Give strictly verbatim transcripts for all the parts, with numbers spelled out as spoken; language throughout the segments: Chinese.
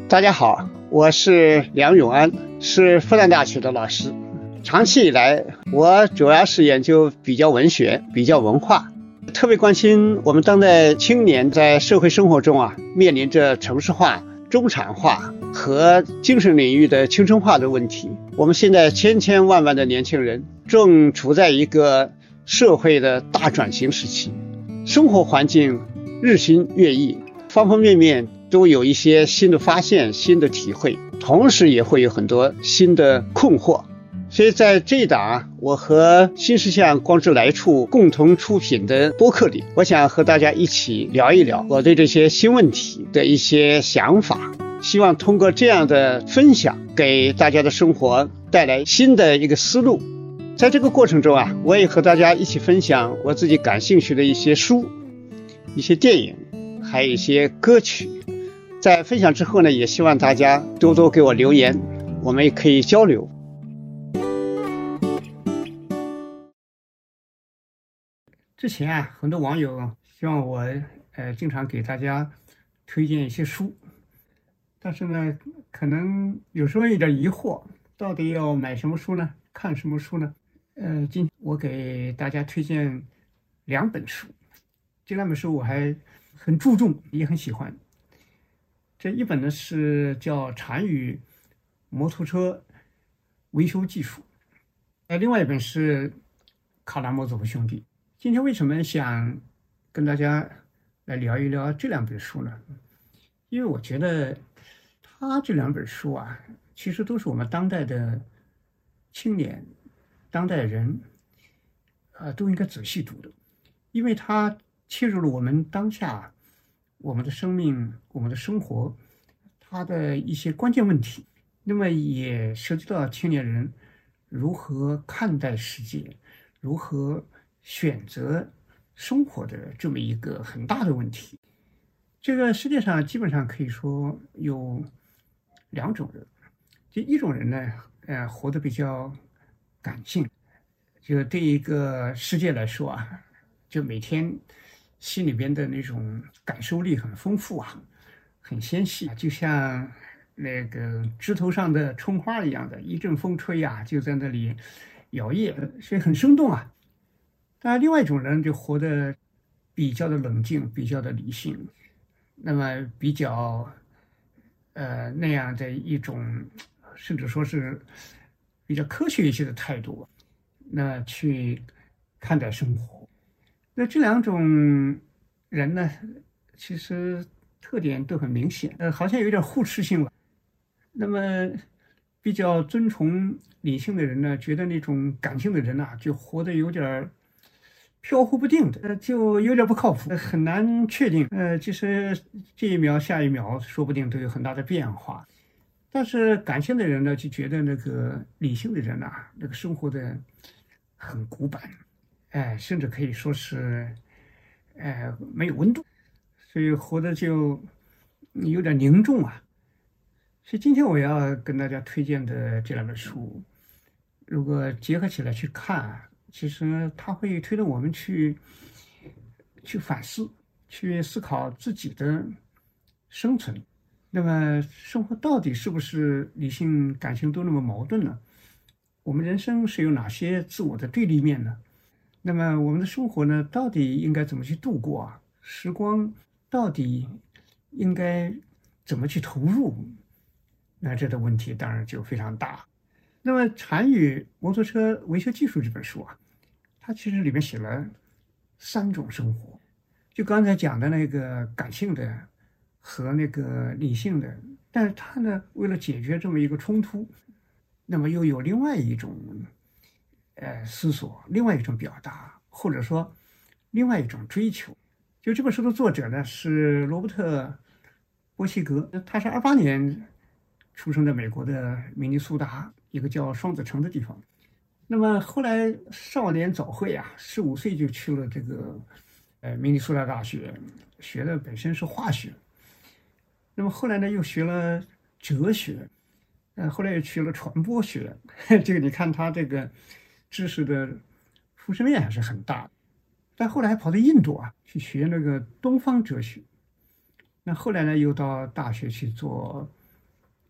大家好，我是梁永安，是复旦大学的老师。长期以来，我主要是研究比较文学、比较文化，特别关心我们当代青年在社会生活中啊，面临着城市化、中产化和精神领域的青春化的问题。我们现在千千万万的年轻人正处在一个社会的大转型时期，生活环境日新月异，方方面面都有一些新的发现、新的体会，同时也会有很多新的困惑。所以在这一档我和新世相光之来处共同出品的播客里，我想和大家一起聊一聊我对这些新问题的一些想法，希望通过这样的分享给大家的生活带来新的一个思路。在这个过程中啊，我也和大家一起分享我自己感兴趣的一些书、一些电影，还有一些歌曲。在分享之后呢，也希望大家多多给我留言，我们也可以交流。之前啊，很多网友希望我呃经常给大家推荐一些书，但是呢，可能有时候有点疑惑，到底要买什么书呢？看什么书呢？呃，今天我给大家推荐两本书，这两本书我还很注重，也很喜欢。这一本呢是叫《禅与摩托车维修技术》，呃，另外一本是卡拉莫佐夫兄弟。今天为什么想跟大家来聊一聊这两本书呢？因为我觉得他这两本书啊，其实都是我们当代的青年、当代人，呃，都应该仔细读的，因为它切入了我们当下、我们的生命、我们的生活，它的一些关键问题。那么也涉及到青年人如何看待世界，如何选择生活的这么一个很大的问题。这个世界上基本上可以说有两种人，就一种人呢，呃，活得比较感性，就对一个世界来说啊，就每天心里边的那种感受力很丰富啊，很纤细，就像那个枝头上的春花一样的，一阵风吹啊，就在那里摇曳，所以很生动啊。当然，另外一种人就活得比较的冷静，比较的理性，那么比较呃那样的一种，甚至说是比较科学一些的态度，那去看待生活。那这两种人呢，其实特点都很明显，呃，好像有点互斥性了。那么比较遵从理性的人呢，觉得那种感性的人呐、啊，就活得有点飘忽不定的，呃，就有点不靠谱，很难确定。呃，其实这一秒下一秒，说不定都有很大的变化。但是感性的人呢，就觉得那个理性的人啊，那个生活的很古板，哎，甚至可以说是，哎，没有温度，所以活得就有点凝重啊。所以今天我要跟大家推荐的这两本书，如果结合起来去看，其实它会推动我们去去反思，去思考自己的生存。那么生活到底是不是理性感性都那么矛盾呢？我们人生是有哪些自我的对立面呢？那么我们的生活呢，到底应该怎么去度过啊？时光到底应该怎么去投入？那这个问题当然就非常大。那么《禅与摩托车维修技术》这本书啊，它其实里面写了三种生活，就刚才讲的那个感性的和那个理性的，但是它呢，为了解决这么一个冲突，那么又有另外一种呃思索，另外一种表达，或者说另外一种追求。就这本书的作者呢是罗伯特·波西格，他是二八年出生在美国的明尼苏达一个叫双子城的地方。那么后来少年早慧啊，十五岁就去了这个呃明尼苏达大学，学的本身是化学。那么后来呢，又学了哲学，呃，后来又学了传播学。这个你看他这个知识的辐射面还是很大的。但后来还跑到印度啊，去学那个东方哲学。那后来呢，又到大学去做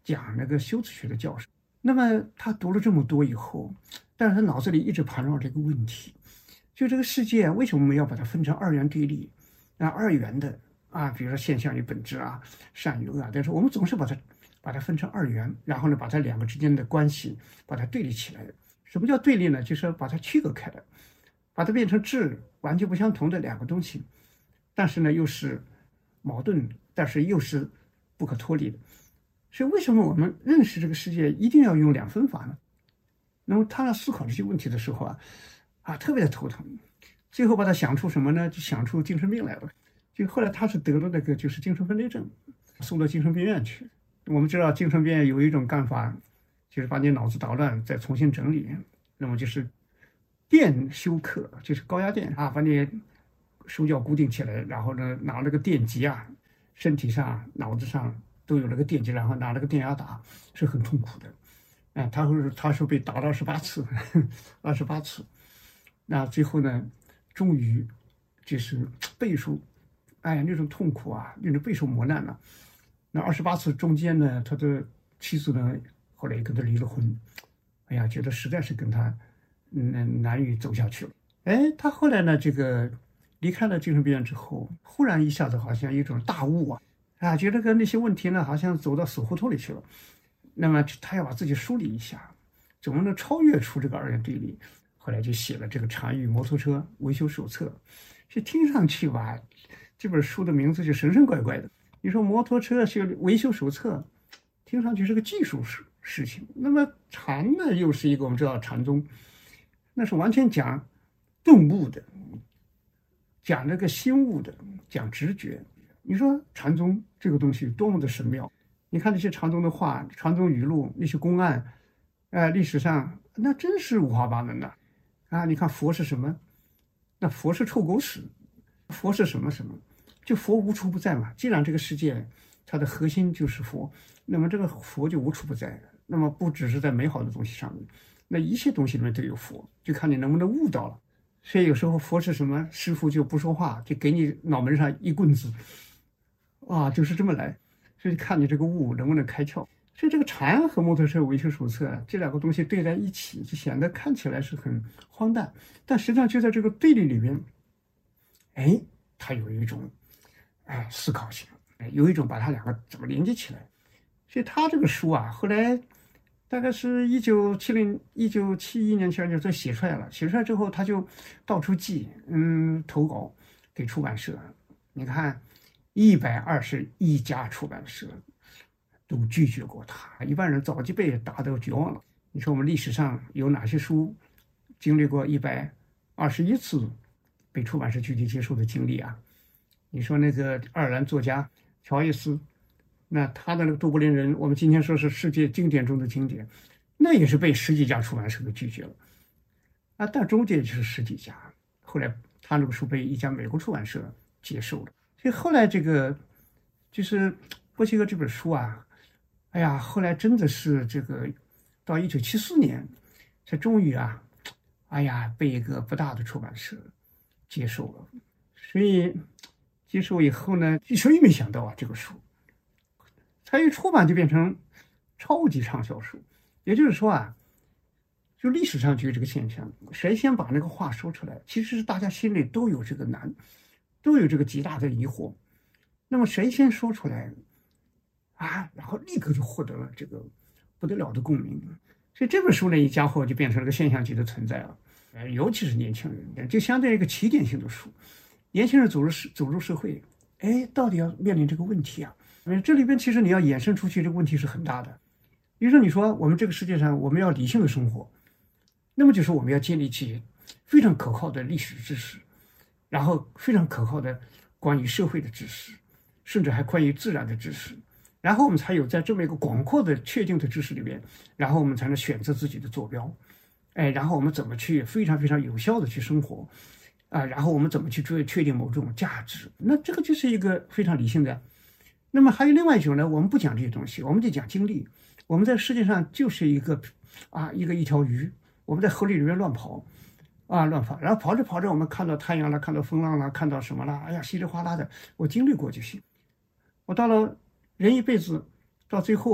讲那个修辞学的教授。那么他读了这么多以后，但是他脑子里一直盘绕这个问题，就这个世界为什么我们要把它分成二元对立啊，二元的啊，比如说现象与本质啊，善与恶啊，但是我们总是把它把它分成二元，然后呢，把它两个之间的关系把它对立起来。什么叫对立呢？就是把它区隔开来，把它变成质完全不相同的两个东西，但是呢又是矛盾，但是又是不可脱离的。所以为什么我们认识这个世界一定要用两分法呢？那么他思考这些问题的时候啊，啊特别的头疼，最后把他想出什么呢？就想出精神病来了。就后来他是得了那个就是精神分裂症，送到精神病院去。我们知道精神病院有一种干法，就是把你脑子打乱，再重新整理。那么就是电休克，就是高压电啊，把你手脚固定起来，然后呢拿那个电极啊，身体上、脑子上都有那个电极，然后拿那个电压打，是很痛苦的。啊，他说他说被打了二十八次，二十八次。那最后呢，终于就是备受，哎呀那种痛苦啊，那种备受磨难了。那二十八次中间呢，他的妻子呢后来也跟他离了婚。哎呀，觉得实在是跟他嗯难以走下去了。哎，他后来呢，这个离开了精神病院之后，忽然一下子好像有一种大悟啊，啊，觉得跟那些问题呢，好像走到死胡同里去了。那么他要把自己梳理一下，怎么能超越出这个二元对立？后来就写了这个《禅与摩托车维修手册》。这听上去吧，这本书的名字就神神怪怪的。你说摩托车修维修手册，听上去是个技术事事情。那么禅呢，又是一个我们知道禅宗，那是完全讲顿悟的，讲那个心悟的，讲直觉。你说禅宗这个东西多么的神妙！你看那些禅宗的话、禅宗语录、那些公案，呃，历史上那真是五花八门的啊！你看佛是什么？那佛是臭狗屎，佛是什么什么？就佛无处不在嘛。既然这个世界它的核心就是佛，那么这个佛就无处不在。那么不只是在美好的东西上面，那一切东西里面都有佛，就看你能不能悟到了。所以有时候佛是什么，师父就不说话，就给你脑门上一棍子，啊，就是这么来。所以看你这个悟能不能开窍。所以这个禅和摩托车维修手册这两个东西对在一起，就显得看起来是很荒诞，但实际上就在这个对立里面，哎，它有一种哎思考性，哎，有一种把它两个怎么连接起来。所以他这个书啊，后来大概是一九七零、一九七一年前就这写出来了。写出来之后，他就到处寄，嗯，投稿给出版社。你看，一百二十一家出版社都拒绝过他，一般人早就被打得绝望了。你说我们历史上有哪些书经历过一百二十一次被出版社拒绝接受的经历啊？你说那个爱尔兰作家乔伊斯，那他的那个《都柏林人》，我们今天说是世界经典中的经典，那也是被十几家出版社给拒绝了啊。但中间就是十几家，后来他那个书被一家美国出版社接受了。所以后来这个就是波切格这本书啊，哎呀，后来真的是这个到一九七四年才终于啊，哎呀，被一个不大的出版社接受了。所以接受以后呢，谁没想到啊，这个书才一出版就变成超级畅销书。也就是说啊，就历史上就有这个现象，谁先把那个话说出来，其实大家心里都有这个难，都有这个极大的疑惑。那么谁先说出来啊，然后立刻就获得了这个不得了的共鸣。所以这本书呢，一家伙就变成了个现象级的存在了。呃，尤其是年轻人，就相对于一个起点性的书。年轻人走入社走入社会，哎，到底要面临这个问题啊？这里边其实你要衍生出去，这个问题是很大的。比如说，你说我们这个世界上我们要理性的生活，那么就是我们要建立起非常可靠的历史知识，然后非常可靠的关于社会的知识，甚至还关于自然的知识，然后我们才有在这么一个广阔的确定的知识里面，然后我们才能选择自己的坐标，哎，然后我们怎么去非常非常有效的去生活。啊，然后我们怎么去追确定某种价值？那这个就是一个非常理性的。那么还有另外一种呢，我们不讲这些东西，我们就讲经历。我们在世界上就是一个啊，一个一条鱼，我们在河里里面乱跑，啊，乱跑，然后跑着跑着，我们看到太阳了，看到风浪了，看到什么了？哎呀，稀里哗啦的，我经历过就行。我到了人一辈子，到最后，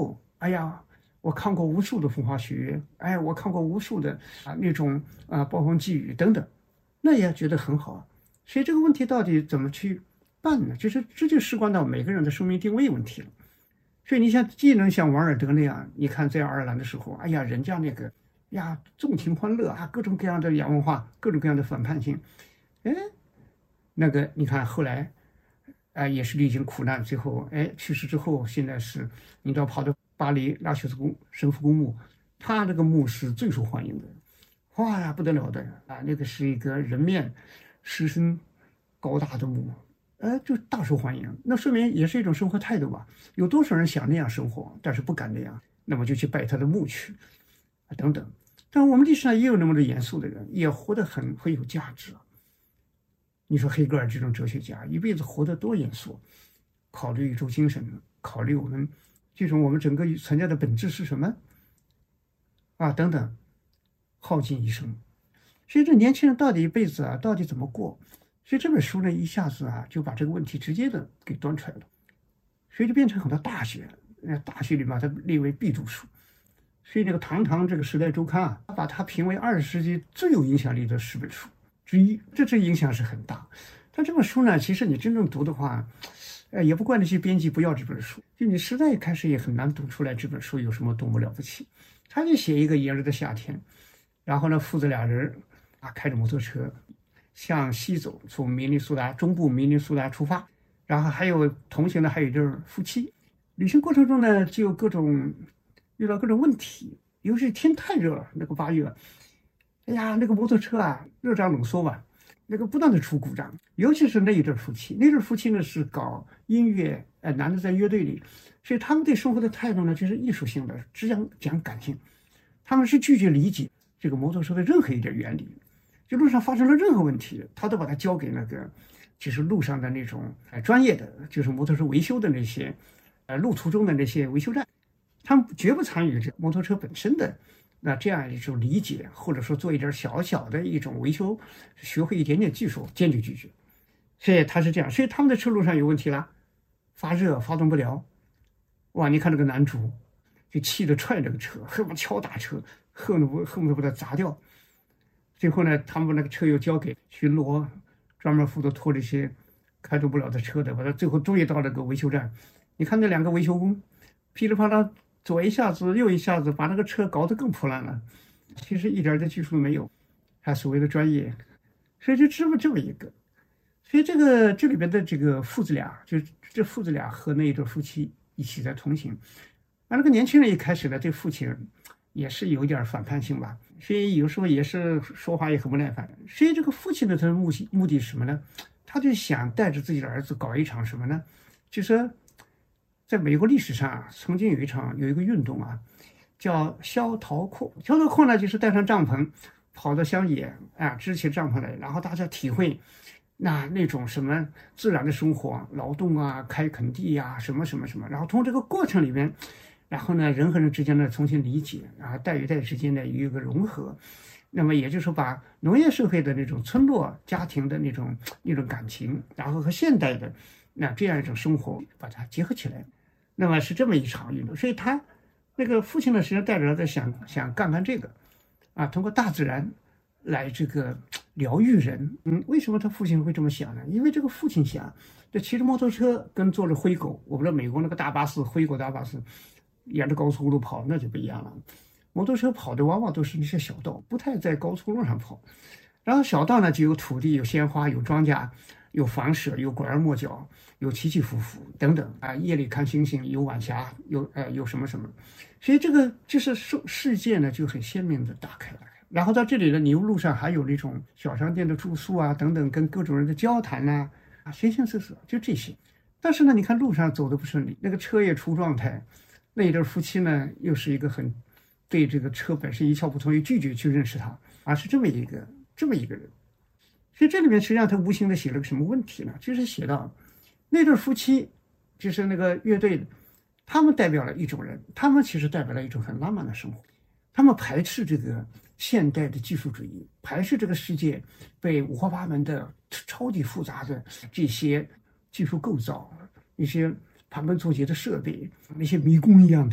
哎呀，我看过无数的风花雪月，哎，我看过无数的啊那种啊暴风寄雨等等，那也觉得很好啊。所以这个问题到底怎么去办呢？就是这就事关到每个人的生命定位问题了。所以你想，既能像王尔德那样，你看在爱尔兰的时候，哎呀，人家那个呀纵情欢乐啊，各种各样的洋文化，各种各样的反叛性，哎，那个你看后来。啊、呃，也是历经苦难，最后哎去世之后，现在是你知道跑到巴黎拉雪兹公神父公墓，他这个墓是最受欢迎的，哇呀不得了的啊！那个是一个人面狮身高大的墓，呃，就大受欢迎。那说明也是一种生活态度吧？有多少人想那样生活，但是不敢那样，那么就去拜他的墓去啊等等。但我们历史上也有那么多严肃的人，也活得很很有价值。你说黑格尔这种哲学家一辈子活得多严肃，考虑宇宙精神，考虑我们这种我们整个存在的本质是什么啊等等，耗尽一生。所以这年轻人到底一辈子啊，到底怎么过？所以这本书呢，一下子啊就把这个问题直接的给端出来了，所以就变成很多大学，那大学里把它列为必读书。所以这个堂堂这个《时代周刊》啊，把它评为二十世纪最有影响力的十本书之一，这这影响是很大。但这本书呢，其实你真正读的话，呃，也不怪那些编辑不要这本书，就你实在一开始也很难读出来这本书有什么多么了不起。他就写一个炎热的夏天，然后呢，父子俩人啊开着摩托车向西走，从明尼苏达中部明尼苏达出发，然后还有同行的还有一对夫妻。旅行过程中呢，就有各种遇到各种问题，尤其是天太热了，那个八月。哎呀，那个摩托车啊，热胀冷缩吧，那个不断的出故障，尤其是那一对夫妻，那对夫妻呢是搞音乐，呃，男的在乐队里，所以他们对生活的态度呢就是艺术性的，只讲讲感性，他们是拒绝理解这个摩托车的任何一点原理，就路上发生了任何问题，他都把它交给那个，就是路上的那种呃专业的，就是摩托车维修的那些，呃，路途中的那些维修站，他们绝不参与这摩托车本身的。那这样一种理解，或者说做一点小小的一种维修，学会一点点技术，坚决拒绝。所以他是这样，所以他们的车路上有问题了，发热发动不了。哇，你看这个男主就气得踹这个车，恨不得敲打车，恨不得恨不得把它砸掉。最后呢，他们把那个车又交给巡逻，专门负责拖这些开动不了的车的，把它最后终于到了个维修站。你看那两个维修工，噼里啪啦。左一下子，右一下子，把那个车搞得更破烂了。其实一点的技术都没有，还所谓的专业，所以就这么这么一个。所以这个这里边的这个父子俩，就这父子俩和那一对夫妻一起在同行。而那个年轻人一开始呢，对父亲也是有点反叛性吧，所以有时候也是说话也很不耐烦。所以这个父亲的他的目的目的是什么呢？他就想带着自己的儿子搞一场什么呢？就是说。在美国历史上啊，曾经有一场有一个运动啊，叫萧桃阔。萧桃阔呢，就是带上帐篷，跑到乡野啊，支起帐篷来，然后大家体会那那种什么自然的生活，劳动啊，开垦地呀、啊，什么什么什么。然后从这个过程里面，然后呢，人和人之间呢重新理解，然后代与代之间呢有一个融合。那么也就是说，把农业社会的那种村落家庭的那种那种感情，然后和现代的那这样一种生活把它结合起来。那么是这么一场运动，所以他那个父亲呢，实际上带着儿子想想干干这个，啊，通过大自然来这个疗愈人。嗯，为什么他父亲会这么想呢？因为这个父亲想，这骑着摩托车跟坐着灰狗，我不知道美国那个大巴士灰狗大巴士沿着高速公路跑那就不一样了。摩托车跑的往往都是那些小道，不太在高速路上跑。然后小道呢就有土地、有鲜花、有庄稼、有房舍、有拐弯抹角。有起起伏伏等等啊，夜里看星星，有晚霞，有呃有什么什么，所以这个就是世世界呢就很鲜明的打开了。然后到这里呢，你路上还有那种小商店的住宿啊等等，跟各种人的交谈呐啊，形形色色，就这些。但是呢，你看路上走的不顺利，那个车也出状态，那一对夫妻呢又是一个很对这个车本身一窍不通，又拒绝去认识他，而是这么一个这么一个人。所以这里面实际上他无形的写了个什么问题呢？就是写到。那对夫妻，就是那个乐队的，他们代表了一种人，他们其实代表了一种很浪漫的生活。他们排斥这个现代的技术主义，排斥这个世界被五花八门的超级复杂的这些技术构造，一些盘根错节的设备，那些迷宫一样的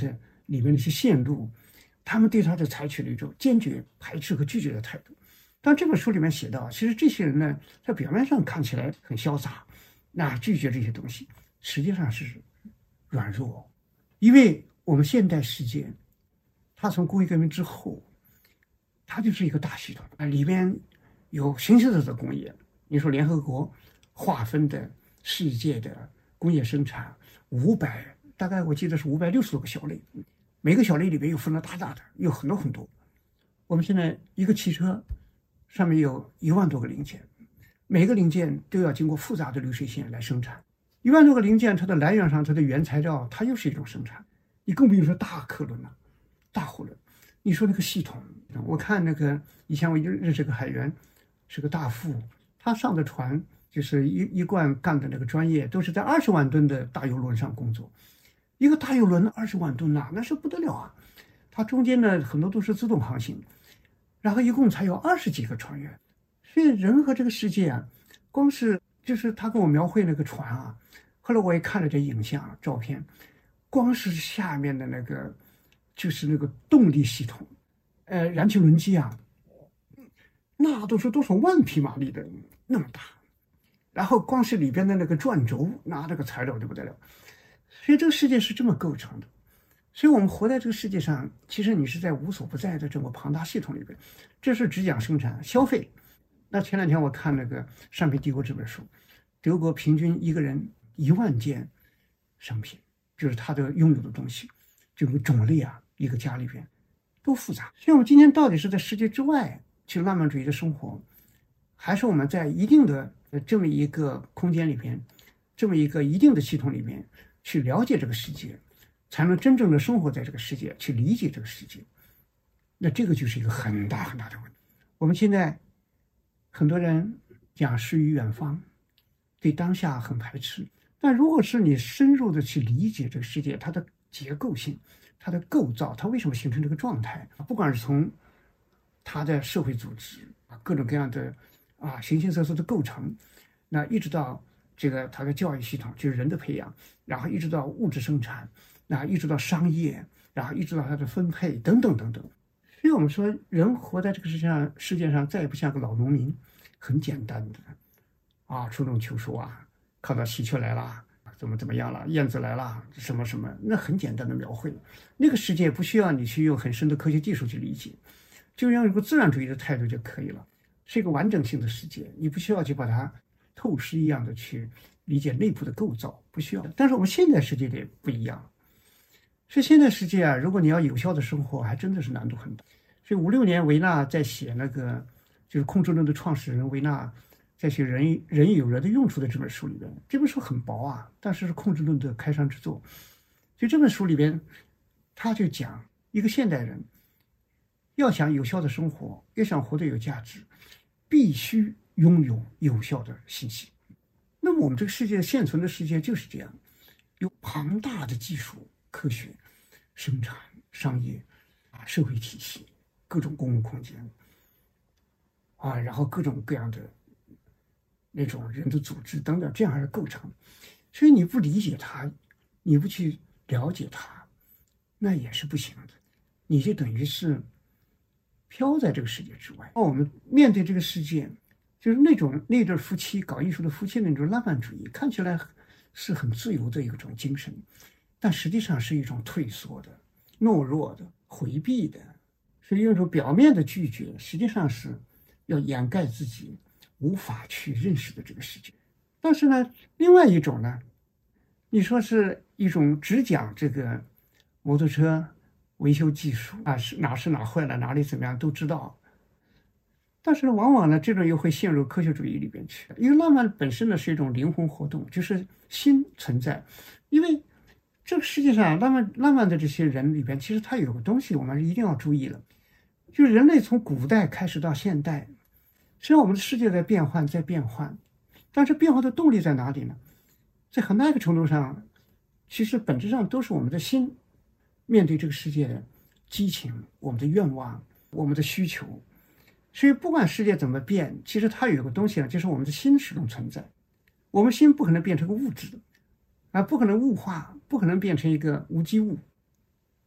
里面的一些线路，他们对他就采取了一种坚决排斥和拒绝的态度。但这本书里面写到，其实这些人呢，在表面上看起来很潇洒，那拒绝这些东西，实际上是软弱。因为我们现代世界，它从工业革命之后，它就是一个大系统啊，里边有形形色色的工业。你说联合国划分的世界的工业生产五百，大概我记得是五百六十多个小类，每个小类里边又分了大大的，有很多很多。我们现在一个汽车上面有一万多个零件，每个零件都要经过复杂的流水线来生产。一万多个零件，它的来源上，它的原材料，它又是一种生产。你更不用说大客轮了，大货轮。你说那个系统，我看那个以前我认识个海员，是个大副，他上的船就是一一贯干的那个专业，都是在二十万吨的大油轮上工作。一个大油轮二十万吨呐、啊，那是不得了啊！它中间呢很多都是自动航行。然后一共才有二十几个船员，所以人和这个世界啊，光是就是他跟我描绘那个船啊，后来我也看了这影像照片，光是下面的那个就是那个动力系统，呃，燃气轮机啊，那都是多少万匹马力的那么大，然后光是里边的那个转轴，那这个材料就不得了，所以这个世界是这么构成的。所以我们活在这个世界上，其实你是在无所不在的这么庞大系统里边，这是只讲生产消费。那前两天我看那个《商品帝国》这本书，德国平均一个人一万件商品，就是他的拥有的东西，这个种类啊，一个家里边多复杂。所以我们今天到底是在世界之外去浪漫主义的生活，还是我们在一定的这么一个空间里边，这么一个一定的系统里面去了解这个世界，才能真正的生活在这个世界，去理解这个世界。那这个就是一个很大很大的问题。我们现在很多人讲诗与远方，对当下很排斥，但如果是你深入的去理解这个世界，它的结构性，它的构造，它为什么形成这个状态，不管是从它的社会组织啊，各种各样的啊形形色色的构成，那一直到这个它的教育系统，就是人的培养，然后一直到物质生产，那一直到商业，然后一直到它的分配等等等等。所以我们说，人活在这个世界上，世界上再也不像个老农民，很简单的啊，出种秋收啊，看到喜鹊来了，怎么怎么样了，燕子来了，什么什么，那很简单的描绘。那个世界不需要你去用很深的科学技术去理解，就用一个自然主义的态度就可以了，是一个完整性的世界，你不需要去把它透视一样的去理解内部的构造，不需要。但是我们现在世界里不一样。所以现在世界啊，如果你要有效的生活，还真的是难度很大。所以五六年维纳在写那个就是控制论的创始人维纳在写人人有人的用处的这本书里边，这本书很薄啊，但是是控制论的开山之作。就这本书里边，他就讲一个现代人要想有效的生活，要想活得有价值，必须拥有有效的信息。那么我们这个世界现存的世界就是这样，有庞大的技术、科学、生产、商业啊、社会体系、各种公共空间啊，然后各种各样的那种人的组织等等，这样还是构成。所以你不理解它，你不去了解它，那也是不行的。你就等于是飘在这个世界之外。我们面对这个世界，就是那种那对夫妻搞艺术的夫妻那种浪漫主义，看起来是很自由的一种精神，但实际上是一种退缩的、懦弱的、回避的，是一种表面的拒绝，实际上是要掩盖自己无法去认识的这个世界。但是呢，另外一种呢，你说是一种只讲这个摩托车维修技术啊，是哪是哪坏了，哪里怎么样都知道。但是呢，往往呢，这种又会陷入科学主义里边去，因为浪漫本身呢是一种灵魂活动，就是心存在。因为这个世界上浪漫浪漫的这些人里边，其实他有个东西我们一定要注意了，就是人类从古代开始到现代，虽然我们的世界在变换，在变换，但是变化的动力在哪里呢？在很大一个程度上，其实本质上都是我们的心面对这个世界的激情、我们的愿望、我们的需求。所以不管世界怎么变，其实它有个东西呢，就是我们的心始终存在。我们心不可能变成个物质的，啊，不可能物化，不可能变成一个无机物，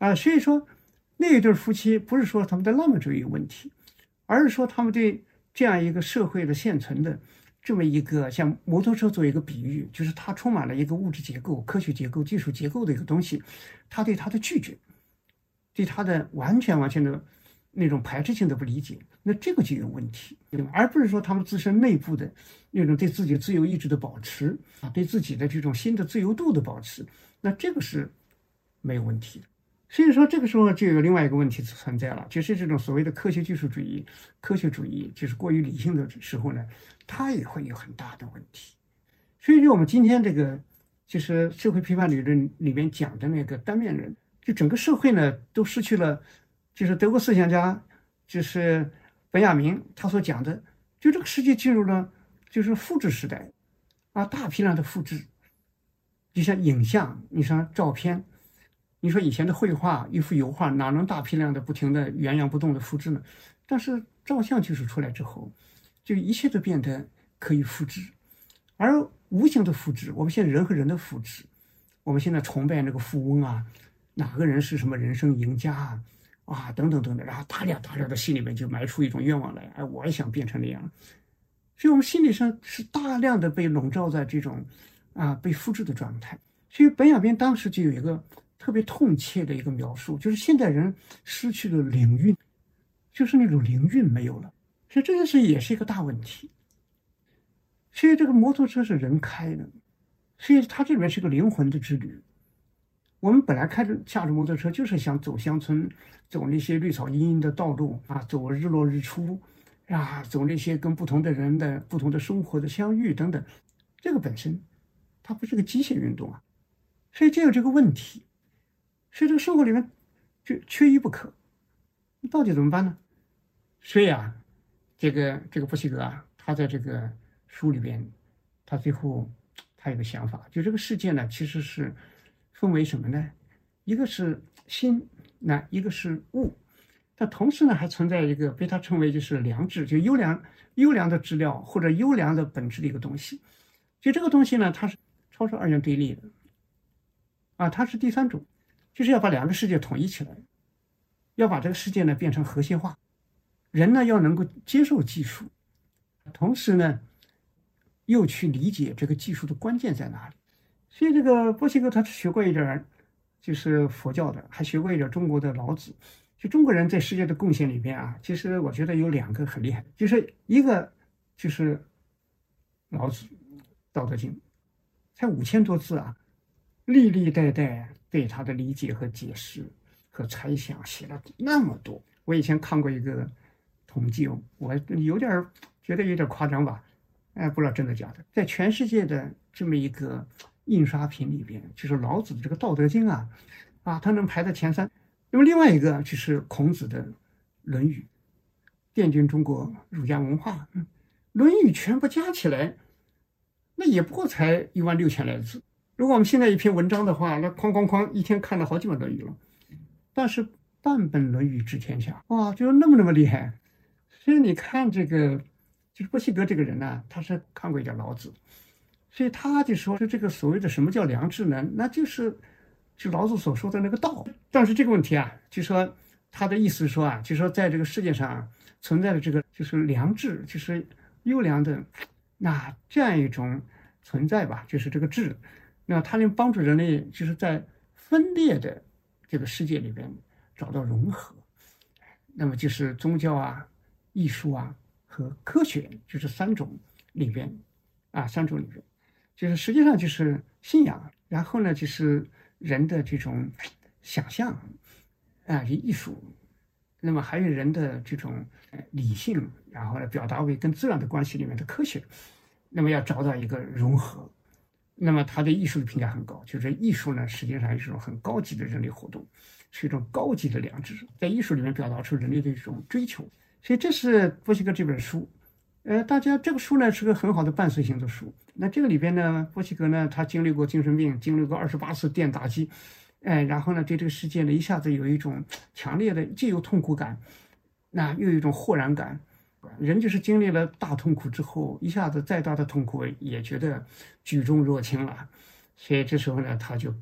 啊，所以说那一对夫妻不是说他们的浪漫主义有问题，而是说他们对这样一个社会的现存的这么一个像摩托车做一个比喻，就是它充满了一个物质结构、科学结构、技术结构的一个东西，他对它的拒绝，对它的完全完全的那种排斥性的不理解，那这个就有问题，对吧？而不是说他们自身内部的那种对自己自由意志的保持啊，对自己的这种新的自由度的保持，那这个是没有问题的。所以说这个时候就有另外一个问题存在了，就是这种所谓的科学技术主义、科学主义，就是过于理性的时候呢，它也会有很大的问题。所以就我们今天这个就是社会批判理论里面讲的那个单面人，就整个社会呢都失去了，就是德国思想家就是本雅明他所讲的，就这个世界进入了就是复制时代啊，大批量的复制，就像影像，你像照片。你说以前的绘画，一幅油画哪能大批量的不停的原样不动的复制呢？但是照相技术出来之后，就一切都变得可以复制，而无形的复制，我们现在人和人的复制，我们现在崇拜那个富翁啊，哪个人是什么人生赢家啊，啊等等等等，然后大量大量的心里面就埋出一种愿望来，哎，我也想变成那样。所以我们心理上是大量的被笼罩在这种啊被复制的状态。所以本雅明当时就有一个特别痛切的一个描述，就是现代人失去了灵韵，就是那种灵韵没有了。所以这件事也是一个大问题。所以这个摩托车是人开的，所以它这里面是个灵魂的之旅。我们本来开着驾着摩托车就是想走乡村，走那些绿草茵茵的道路啊，走日落日出啊，走那些跟不同的人的不同的生活的相遇等等。这个本身它不是个机械运动啊，所以就有这个问题。所以这个生活里面就缺一不可，到底怎么办呢？所以啊，这个这个波西格啊，他在这个书里边，他最后他有个想法，就这个世界呢，其实是分为什么呢？一个是心，那一个是物，但同时呢，还存在一个被他称为就是良知，就优良优良的质料或者优良的本质的一个东西。就这个东西呢，它是超出二元对立的啊，它是第三种。就是要把两个世界统一起来，要把这个世界呢变成和谐化，人呢要能够接受技术，同时呢又去理解这个技术的关键在哪里。所以这个波西格他学过一点就是佛教的，还学过一点中国的老子。就中国人在世界的贡献里边啊，其实我觉得有两个很厉害，就是一个就是老子《道德经》，才五千多字啊，历历代代对他的理解和解释和猜想写了那么多。我以前看过一个统计，我有点觉得有点夸张吧，哎，不知道真的假的。在全世界的这么一个印刷品里边，就是老子的这个《道德经》啊，啊，它能排在前三。那么另外一个就是孔子的《论语》，奠定中国儒家文化。嗯，《论语》全部加起来，那也不过才一万六千来字。如果我们现在一篇文章的话，那哐哐哐一天看了好几本《论语》了。但是半本《论语》治天下，哇，就是那么那么厉害。所以你看这个，就是波西格这个人呢、啊，他是看过一点老子，所以他就说，这个所谓的什么叫良知呢？那就是就老子所说的那个道。但是这个问题啊，就说他的意思是说啊，就说在这个世界上存在的这个就是良知，就是优良的那这样一种存在吧，就是这个智。那它能帮助人类，就是在分裂的这个世界里边找到融合。那么就是宗教啊、艺术啊和科学，就是三种里边啊，三种里边，就是实际上就是信仰，然后呢就是人的这种想象啊，艺术，那么还有人的这种理性，然后呢表达为跟自然的关系里面的科学，那么要找到一个融合。那么他对艺术的评价很高，就是艺术呢，实际上是一种很高级的人类活动，是一种高级的良知，在艺术里面表达出人类的一种追求。所以这是波西格这本书，呃，大家这个书呢是个很好的伴随性的书。那这个里边呢，波西格呢，他经历过精神病，经历过二十八次电打击，哎，然后呢，对这个世界呢一下子有一种强烈的既有痛苦感，那又有一种豁然感。人就是经历了大痛苦之后，一下子再大的痛苦也觉得举重若轻了，所以这时候呢，他就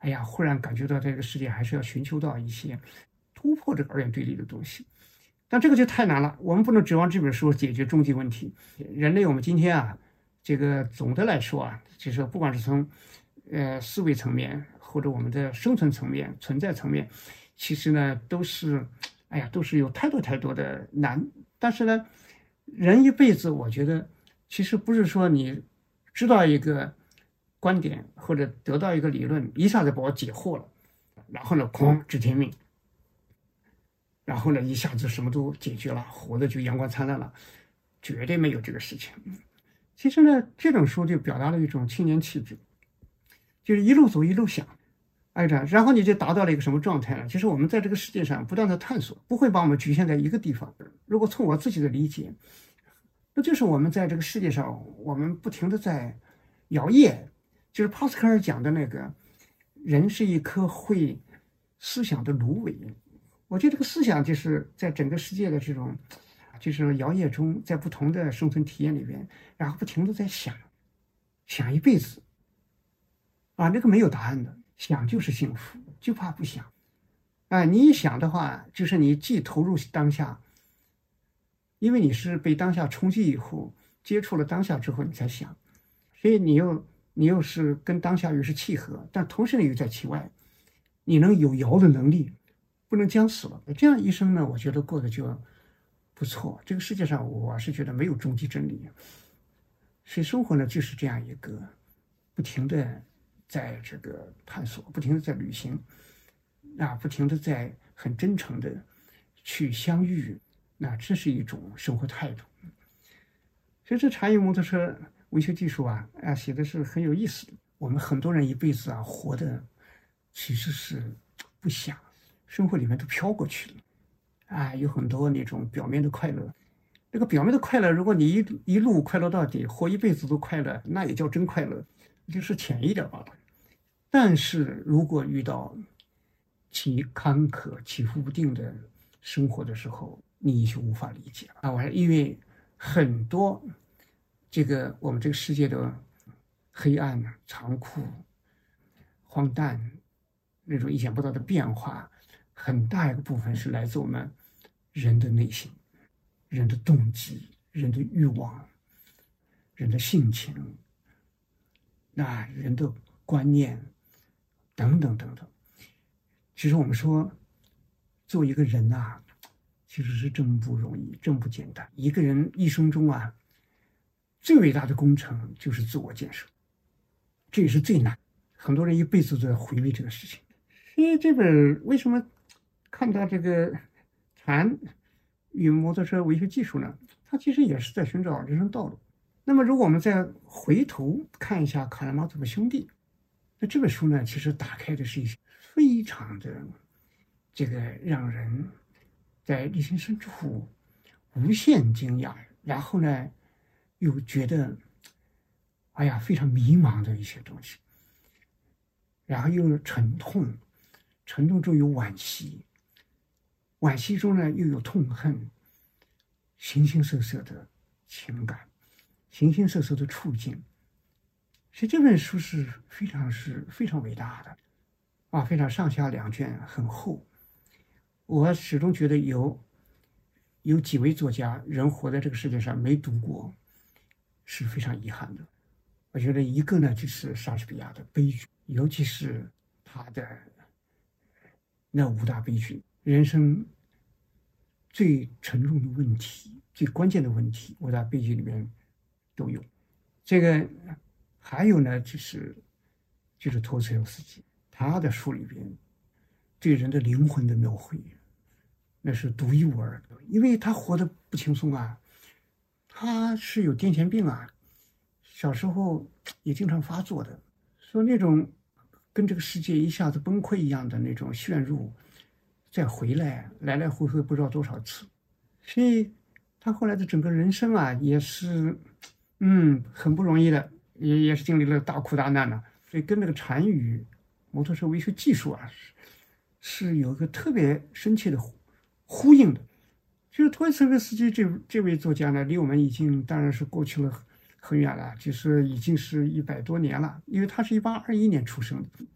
哎呀，忽然感觉到这个世界还是要寻求到一些突破这个二元对立的东西。但这个就太难了，我们不能指望这本书解决终极问题。人类我们今天啊，这个总的来说啊，其实不管是从呃思维层面，或者我们的生存层面、存在层面，其实呢都是，哎呀，都是有太多太多的难。但是呢，人一辈子，我觉得其实不是说你知道一个观点或者得到一个理论，一下子把我解惑了，然后呢，哐知天命。然后呢，一下子什么都解决了，活的就阳光灿烂了，绝对没有这个事情。其实呢，这种书就表达了一种青年气质，就是一路走一路想，哎这样，然后你就达到了一个什么状态呢？其实我们在这个世界上不断的探索，不会把我们局限在一个地方。如果从我自己的理解，那就是我们在这个世界上，我们不停的在摇曳，就是帕斯卡尔讲的那个，人是一颗会思想的芦苇。我觉得这个思想就是在整个世界的这种，就是摇曳中，在不同的生存体验里边，然后不停的在想，想一辈子，啊，那个没有答案的，想就是幸福，就怕不想，啊，你一想的话，就是你既投入当下，因为你是被当下冲击以后，接触了当下之后你才想，所以你又你又是跟当下又是契合，但同时你又在其外，你能有摇的能力。不能僵死了，这样一生呢，我觉得过得就不错。这个世界上，我是觉得没有终极真理，所以生活呢就是这样一个不停的在这个探索，不停的在旅行，啊，不停的在很真诚的去相遇，那这是一种生活态度。所以这禅语摩托车维修技术啊，啊写的是很有意思的。我们很多人一辈子啊活的其实是不想。生活里面都飘过去了，啊，有很多那种表面的快乐。这个表面的快乐，如果你一一路快乐到底，活一辈子都快乐，那也叫真快乐，就是浅一点罢了。但是如果遇到其坎坷、起伏不定的生活的时候，你就无法理解了啊！我还因为很多这个我们这个世界的黑暗、残酷、荒诞，那种意想不到的变化。很大一个部分是来自我们人的内心、人的动机、人的欲望、人的性情、那人的观念等等等等。其实我们说，做一个人啊，其实是真不容易，真不简单。一个人一生中啊，最伟大的工程就是自我建设，这也是最难。很多人一辈子都在回味这个事情。所以这本为什么？看到这个禅与摩托车维修技术呢，它其实也是在寻找人生道路。那么，如果我们再回头看一下《卡拉马佐夫兄弟》，那这本书呢，其实打开的是一些非常的这个让人在内心深处无限惊讶，然后呢又觉得哎呀非常迷茫的一些东西，然后又沉痛，沉痛中有惋惜。惋惜中呢，又有痛恨，形形色色的情感，形形色色的处境。所以这本书是非常是非常伟大的，啊，非常上下两卷，很厚。我始终觉得有有几位作家人活在这个世界上没读过，是非常遗憾的。我觉得一个呢就是莎士比亚的悲剧，尤其是他的那五大悲剧，人生最沉重的问题、最关键的问题，五大悲剧里面都有。这个还有呢，就是就是托斯托耶夫斯基他的书里边对人的灵魂的描绘，那是独一无二的。因为他活得不轻松啊，他是有癫痫病啊，小时候也经常发作的，说那种跟这个世界一下子崩溃一样的那种陷入。再回来，来来回回不知道多少次，所以他后来的整个人生啊，也是，嗯，很不容易的，也也是经历了大苦大难的。所以跟那个禅语摩托车维修技术啊，是有一个特别深切的呼应的。就是托斯托耶夫斯基这这位作家呢，离我们已经当然是过去了很远了，就是已经是一百多年了，因为他是一八二一年出生的。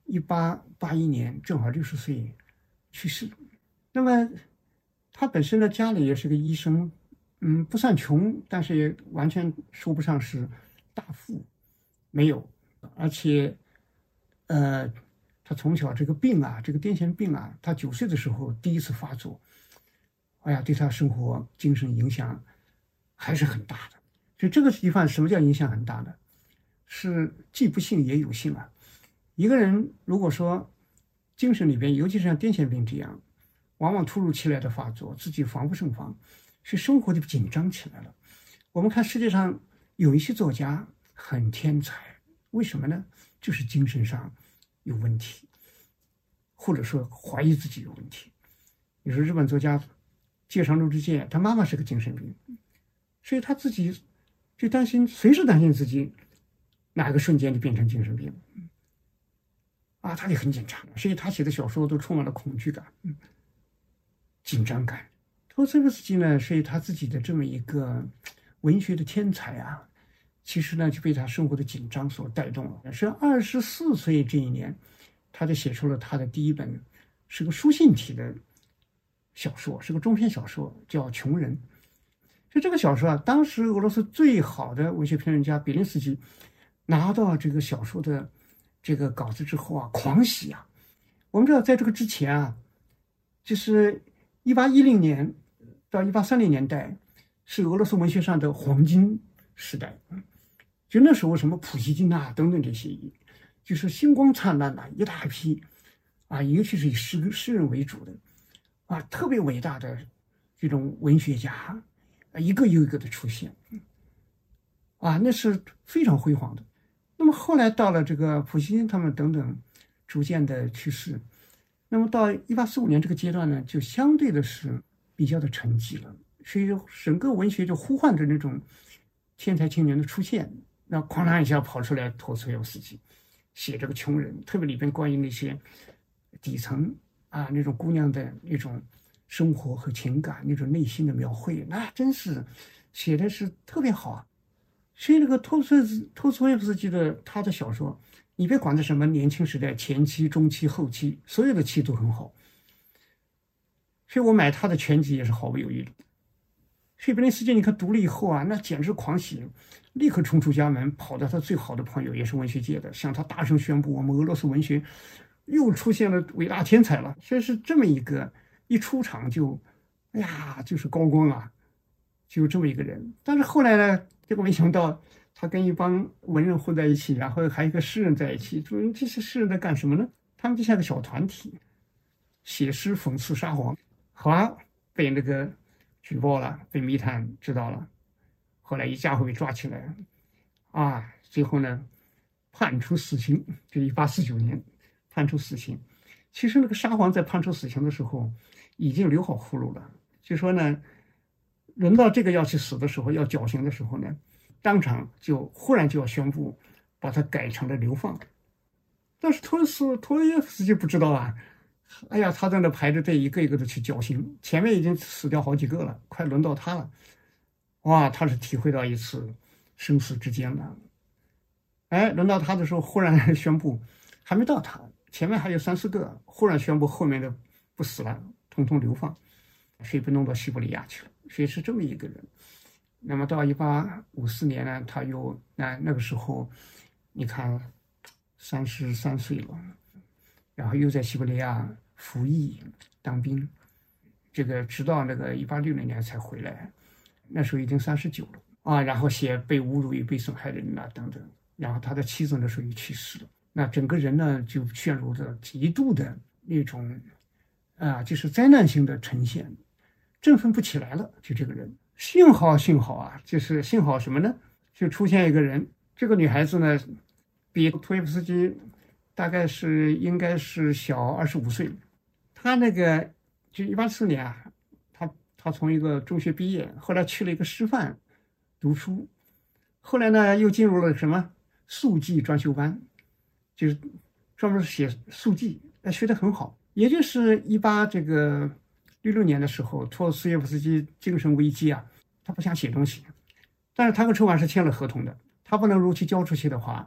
一八八一年正好六十岁去世。那么他本身呢，家里也是个医生，嗯，不算穷，但是也完全说不上是大富，没有。而且，呃，他从小这个病啊，这个癫痫病啊，他九岁的时候第一次发作，哎呀，对他生活精神影响还是很大的。所以这个地方什么叫影响很大呢？是既不幸也有幸啊。一个人如果说精神里边，尤其是像癫痫病这样，往往突如其来的发作，自己防不胜防，所以生活就紧张起来了。我们看世界上有一些作家很天才，为什么呢？就是精神上有问题，或者说怀疑自己有问题。你说日本作家芥川龙之介，他妈妈是个精神病，所以他自己就担心，随时担心自己哪个瞬间就变成精神病啊，他就很紧张，所以他写的小说都充满了恐惧感、嗯、紧张感。托斯托耶夫斯基呢，是他自己的这么一个文学的天才啊，其实呢就被他生活的紧张所带动了。是二十四岁这一年，他就写出了他的第一本，是个书信体的小说，是个中篇小说，叫《穷人》。就这个小说啊，当时俄罗斯最好的文学评论家比林斯基拿到这个小说的这个稿子之后啊，狂喜啊！我们知道，在这个之前啊，就是一八一零年到一八三零年代是俄罗斯文学上的黄金时代，就那时候什么普希金啊等等这些，就是星光灿烂的、啊、一大批啊，尤其是以诗诗人为主的啊，特别伟大的这种文学家啊，一个又一个的出现啊，那是非常辉煌的。那么后来到了这个普希金他们等等逐渐的去世，那么到一八四五年这个阶段呢，就相对的是比较的沉寂了，所以整个文学就呼唤着那种天才青年的出现。那哐啷一下跑出来托斯托耶夫斯基写这个穷人，特别里边关于那些底层啊那种姑娘的那种生活和情感，那种内心的描绘，那真是写的是特别好啊。所以这个托斯托斯托耶夫斯基的他的小说，你别管他什么年轻时代前期、中期、后期，所有的期都很好。所以我买他的全集也是毫不犹豫的。所以比林斯基你看读了以后啊，那简直狂喜，立刻冲出家门，跑到他最好的朋友，也是文学界的，向他大声宣布，我们俄罗斯文学又出现了伟大天才了。所以是这么一个一出场就，哎呀，就是高光啊，就这么一个人。但是后来呢，结果没想到他跟一帮文人混在一起，然后还有一个诗人在一起。这些诗人在干什么呢？他们就像个小团体，写诗讽刺沙皇。好啊，被那个举报了，被密探知道了，后来一家伙被抓起来，啊，最后呢判处死刑，就一八四九年判处死刑。其实那个沙皇在判处死刑的时候已经留好呼噜了，就说呢，轮到这个要去死的时候，要绞刑的时候呢，当场就忽然就要宣布把他改成了流放。但是托斯托耶夫斯基不知道啊，哎呀，他在那排着队，一个一个的去绞刑，前面已经死掉好几个了，快轮到他了。哇，他是体会到一次生死之间了。哎，轮到他的时候，忽然宣布，还没到他，前面还有三四个，忽然宣布后面的不死了，统统流放，所以被弄到西伯利亚去了。所以是这么一个人。那么到一八五四年呢，他又那那个时候，你看三十三岁了。然后又在西伯利亚服役当兵，这个直到那个一八六零年才回来，那时候已经三十九了啊。然后写被侮辱与被损害的人啊等等。然后他的妻子那时候也去世了，那整个人呢就陷入了极度的那种啊，就是灾难性的呈现，振奋不起来了。就这个人，幸好幸好啊，就是幸好什么呢？就出现一个人，这个女孩子呢，比托耶夫斯基大概是应该是小二十五岁，他那个就一八四年啊，他他从一个中学毕业，后来去了一个师范读书，后来呢又进入了什么速记专修班，就是专门写速记，学得很好。也就是一八这个六六年的时候，托斯耶夫斯基精神危机啊，他不想写东西，但是他跟出版社签了合同的，他不能如期交出去的话，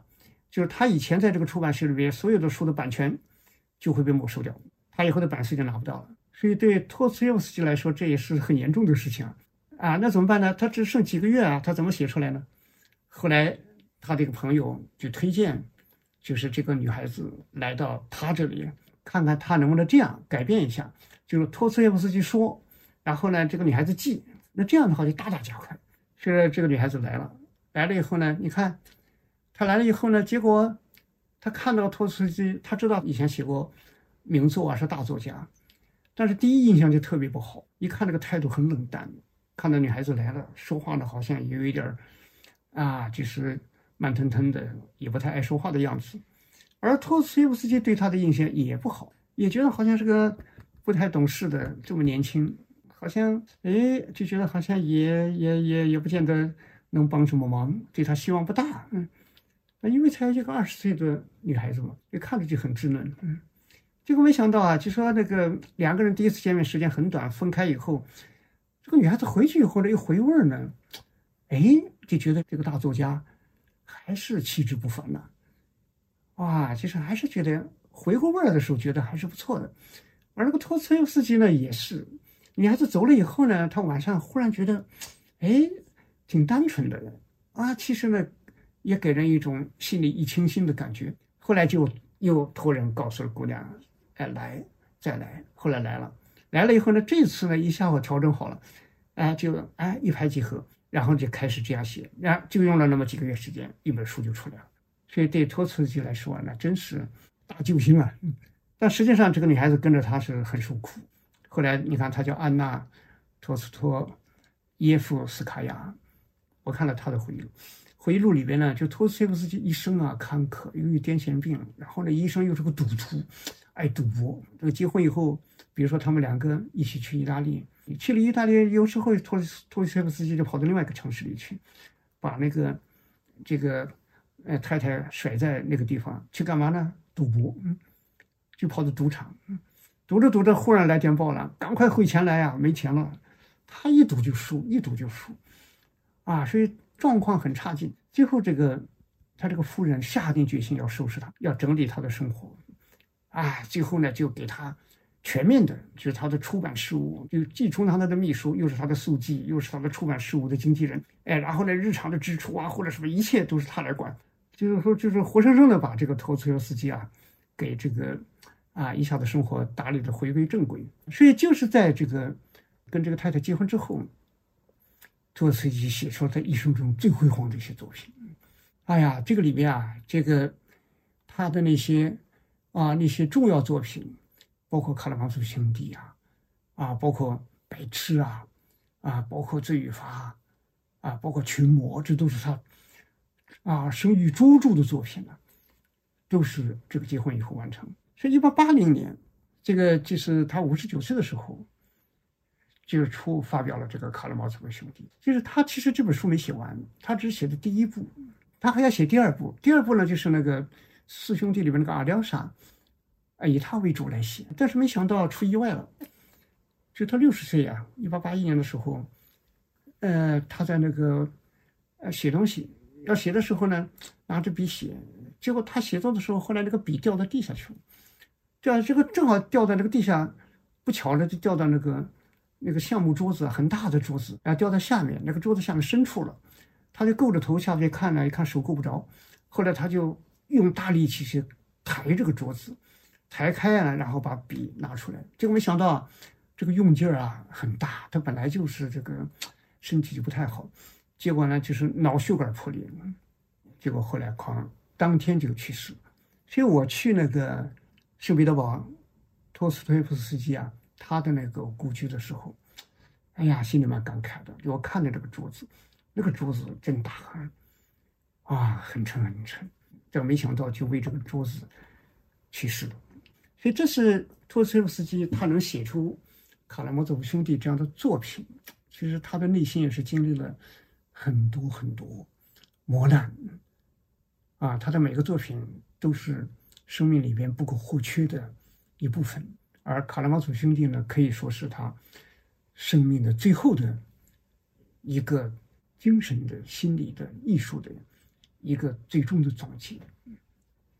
就是他以前在这个出版社里边所有的书的版权就会被没收掉，他以后的版税就拿不到了。所以对托斯耶夫斯基来说，这也是很严重的事情啊！啊，那怎么办呢？他只剩几个月啊，他怎么写出来呢？后来他这个朋友就推荐，就是这个女孩子来到他这里，看看他能不能这样改变一下。就是托斯耶夫斯基说，然后呢，这个女孩子记，那这样的话就大大加快。是这个女孩子来了，来了以后呢，你看她来了以后呢，结果她看到托斯基，她知道以前写过名作啊，是大作家。但是第一印象就特别不好，一看这个态度很冷淡，看到女孩子来了，说话呢好像有一点啊，就是慢腾腾的，也不太爱说话的样子。而托斯耶夫斯基对他的印象也不好，也觉得好像是个不太懂事的，这么年轻，好像哎就觉得好像也也也也不见得能帮什么忙，对他希望不大。嗯，因为才一个二十岁的女孩子嘛，就看着就很稚嫩。嗯。结果没想到啊，就说那个两个人第一次见面时间很短，分开以后，这个女孩子回去以后呢，一回味儿呢，哎，就觉得这个大作家还是气质不凡呐，哇，其实还是觉得回过味儿的时候觉得还是不错的。而那个托斯托耶夫斯基呢，也是，女孩子走了以后呢，他晚上忽然觉得，哎，挺单纯的啊，其实呢，也给人一种心里一清新的感觉。后来就又托人告诉了姑娘。哎，来，再来，后来来了，来了以后呢，这次呢一下午调整好了，哎，就哎一拍即合，然后就开始这样写，然后就用了那么几个月时间，一本书就出来了。所以对托斯基来说，那真是大救星啊！嗯，但实际上这个女孩子跟着他是很受苦。后来你看，她叫安娜·托斯托耶夫斯卡娅，我看了她的回忆录。回忆录里边呢，就托斯耶夫斯基一生啊坎坷，由于癫痫病，然后呢，医生又是个赌徒。爱赌博，这个结婚以后，比如说他们两个一起去意大利，去了意大利，有时候托托斯耶夫斯基就跑到另外一个城市里去，把那个这个呃太太甩在那个地方去干嘛呢？赌博，嗯，就跑到赌场，嗯，赌着赌着，忽然来电报了，赶快汇钱来啊，没钱了。他一赌就输，一赌就输，啊，所以状况很差劲。最后这个他这个夫人下定决心要收拾他，要整理他的生活。啊，最后呢，就给他全面的，就是他的出版事务，就既充当他的秘书，又是他的速记，又是他的出版事务的经纪人。哎，然后呢，日常的支出啊，或者什么，一切都是他来管。就是说，就是活生生的把这个托斯托耶夫斯基啊，给这个啊一下子生活打理的回归正轨。所以就是在这个跟这个太太结婚之后，托斯托耶夫斯基写出了他一生中最辉煌的一些作品。哎呀，这个里面啊，这个他的那些。啊，那些重要作品，包括《卡拉马佐兄弟》啊，啊，包括《白痴》啊，啊，包括《罪与罚》啊，包括《群魔》，这都是他啊生于卓著的作品呢，都是这个结婚以后完成。所以，一八八零年，这个就是他五十九岁的时候，就出发表了这个《卡拉马佐兄弟》。就是他其实这本书没写完，他只写的第一部，他还要写第二部。第二部呢，就是那个。四兄弟里面那个阿廖沙，啊，以他为主来写，但是没想到出意外了，就他六十岁啊，一八八一年的时候，呃，他在那个呃写东西，要写的时候呢，拿着笔写，结果他写作的时候，后来那个笔掉到地下去了，掉这个正好掉在那个地下，不巧了就掉到那个那个橡木桌子，很大的桌子，然后掉在下面，那个桌子下面深处了，他就够着头下去看了一看，手够不着，后来他就。用大力气去抬这个桌子，抬开啊，然后把笔拿出来。结果没想到，这个用劲儿啊很大，他本来就是这个身体就不太好，结果呢就是脑血管破裂，结果后来哐，当天就去世。所以我去那个圣彼得堡托斯托耶夫斯基啊他的那个故居的时候，哎呀，心里蛮感慨的。我看着这个桌子，那个桌子真大啊，很沉很沉。但没想到就为这个桌子去世了，所以这是托斯托耶夫斯基他能写出《卡拉马佐夫兄弟》这样的作品，其实他的内心也是经历了很多很多磨难啊，他的每个作品都是生命里边不可或缺的一部分，而《卡拉马佐夫兄弟》呢，可以说是他生命的最后的一个精神的、心理的、艺术的。一个最终的总结。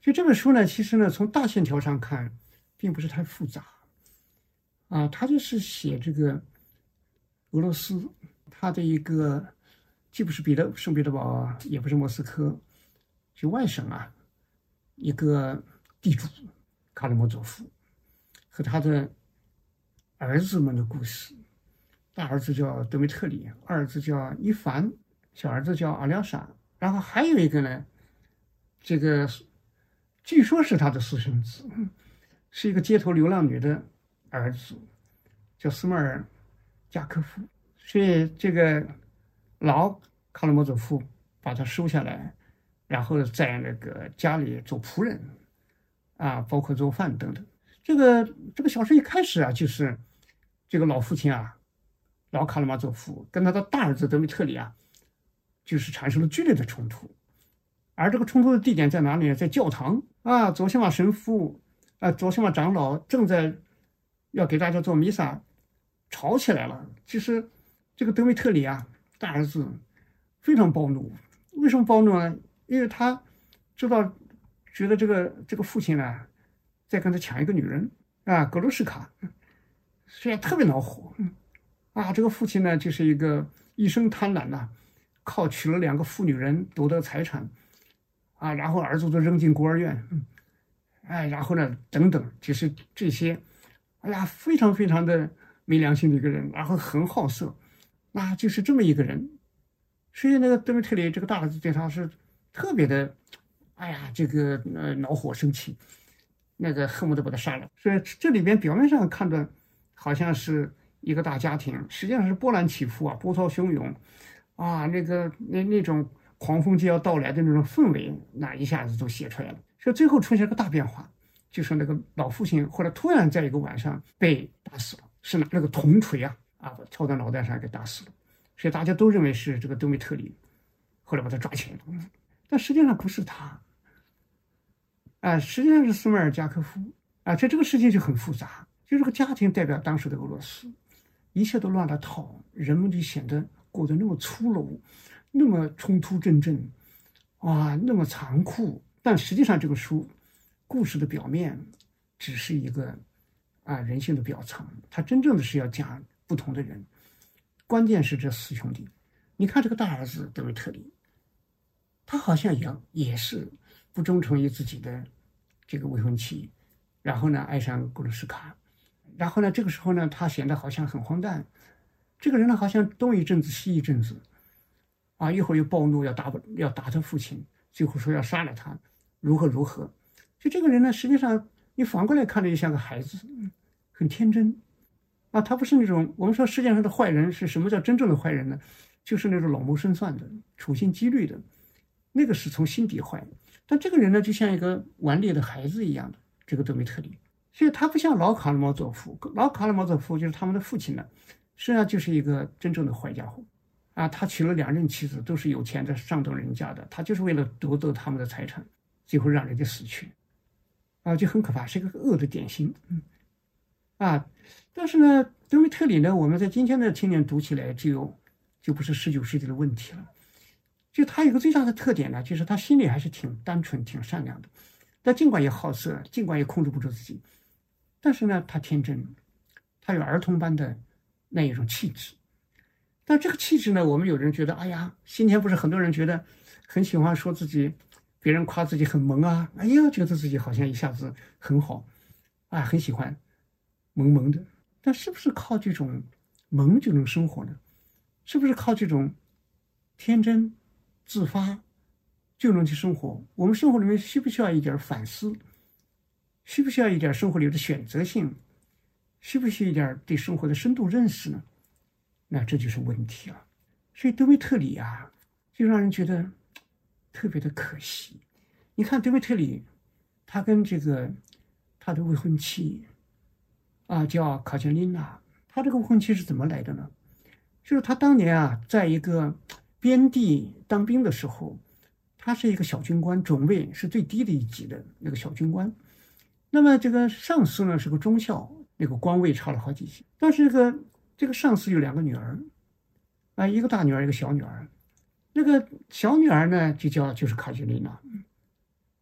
所以这本书呢，其实呢，从大线条上看，并不是太复杂啊。他就是写这个俄罗斯，他的一个既不是彼得圣彼得堡，也不是莫斯科，就外省啊，一个地主卡拉莫佐夫和他的儿子们的故事。大儿子叫德梅特里，二儿子叫伊凡，小儿子叫阿廖沙，然后还有一个呢，这个据说是他的私生子，是一个街头流浪女的儿子，叫斯莫尔加科夫。所以这个老卡拉莫佐夫把他收下来，然后在那个家里做仆人啊，包括做饭等等。这个这个小说一开始啊，就是这个老父亲啊，老卡拉马佐夫跟他的大儿子德米特里啊，就是产生了剧烈的冲突。而这个冲突的地点在哪里呢？在教堂啊，佐西玛神父啊，佐西玛长老正在要给大家做弥撒，吵起来了。其实这个德米特里啊，大儿子非常暴怒。为什么暴怒呢？因为他知道，觉得这个这个父亲呢，在跟他抢一个女人啊，格鲁什卡，所以特别恼火。啊，这个父亲呢，就是一个一生贪婪呐、啊，靠娶了两个妇女人夺得财产，啊，然后儿子都扔进孤儿院，嗯，哎，然后呢，等等，就是这些，哎呀，非常非常的没良心的一个人，然后很好色，那就是这么一个人。所以那个德米特里这个大儿子对他是特别的，哎呀，这个呃恼火生气，那个恨不得把他杀了。所以这里边表面上看的好像是一个大家庭，实际上是波澜起伏啊，波涛汹涌啊，那个那那种狂风就要到来的那种氛围，那一下子都写出来了。所以最后出现了个大变化，就是那个老父亲后来突然在一个晚上被打死了，是拿那个铜锤啊啊敲在脑袋上给打死了。所以大家都认为是这个德米特里，后来把他抓起来了，但实际上不是他，啊，实际上是斯梅尔加科夫啊。这这个事情就很复杂，就这个家庭代表当时的俄罗斯，一切都乱了套，人们就显得过得那么粗鲁，那么冲突阵阵，啊，那么残酷。但实际上这个书故事的表面只是一个啊人性的表层，它真正的是要讲不同的人。关键是这四兄弟，你看这个大儿子德维特里，他好像也也是不忠诚于自己的这个未婚妻，然后呢爱上古鲁什卡，然后呢这个时候呢他显得好像很荒诞，这个人呢好像东一阵子西一阵子，啊一会儿又暴怒要打要打他父亲，最后说要杀了他，如何如何。就这个人呢，实际上你反过来看着就像个孩子，很天真。啊，他不是那种我们说世界上的坏人是什么叫真正的坏人呢？就是那种老谋深算的、处心积虑的，那个是从心底坏。但这个人呢，就像一个顽劣的孩子一样的，这个德米特里。所以他不像老卡拉毛佐夫，老卡拉毛佐夫就是他们的父亲呢，实际上就是一个真正的坏家伙。啊，他娶了两任妻子，都是有钱的上等人家的，他就是为了夺得他们的财产，最后让人家死去。啊，就很可怕，是一个恶的典型。嗯。啊，但是呢，德米特里呢，我们在今天的青年读起来就有就不是十九世纪的问题了。就他有个最大的特点呢，就是他心里还是挺单纯、挺善良的。但尽管也好色，尽管也控制不住自己，但是呢，他天真，他有儿童般的那一种气质。但这个气质呢，我们有人觉得，哎呀，今天不是很多人觉得很喜欢说自己，别人夸自己很萌啊，哎呀，觉得自己好像一下子很好，啊，很喜欢。萌萌的，但是不是靠这种萌就能生活呢？是不是靠这种天真自发就能去生活？我们生活里面需不需要一点反思？需不需要一点生活里的选择性？需不需要一点对生活的深度认识呢？那这就是问题了。所以德维特里啊，就让人觉得特别的可惜。你看德维特里，他跟这个他的未婚妻啊，叫卡捷琳娜。他这个未婚妻是怎么来的呢？就是他当年啊，在一个边地当兵的时候，他是一个小军官，种位是最低的一级的那个小军官。那么这个上司呢是个中校，那个官位差了好几级。但是这个这个上司有两个女儿，啊，一个大女儿，一个小女儿。那个小女儿呢就叫就是卡捷琳娜，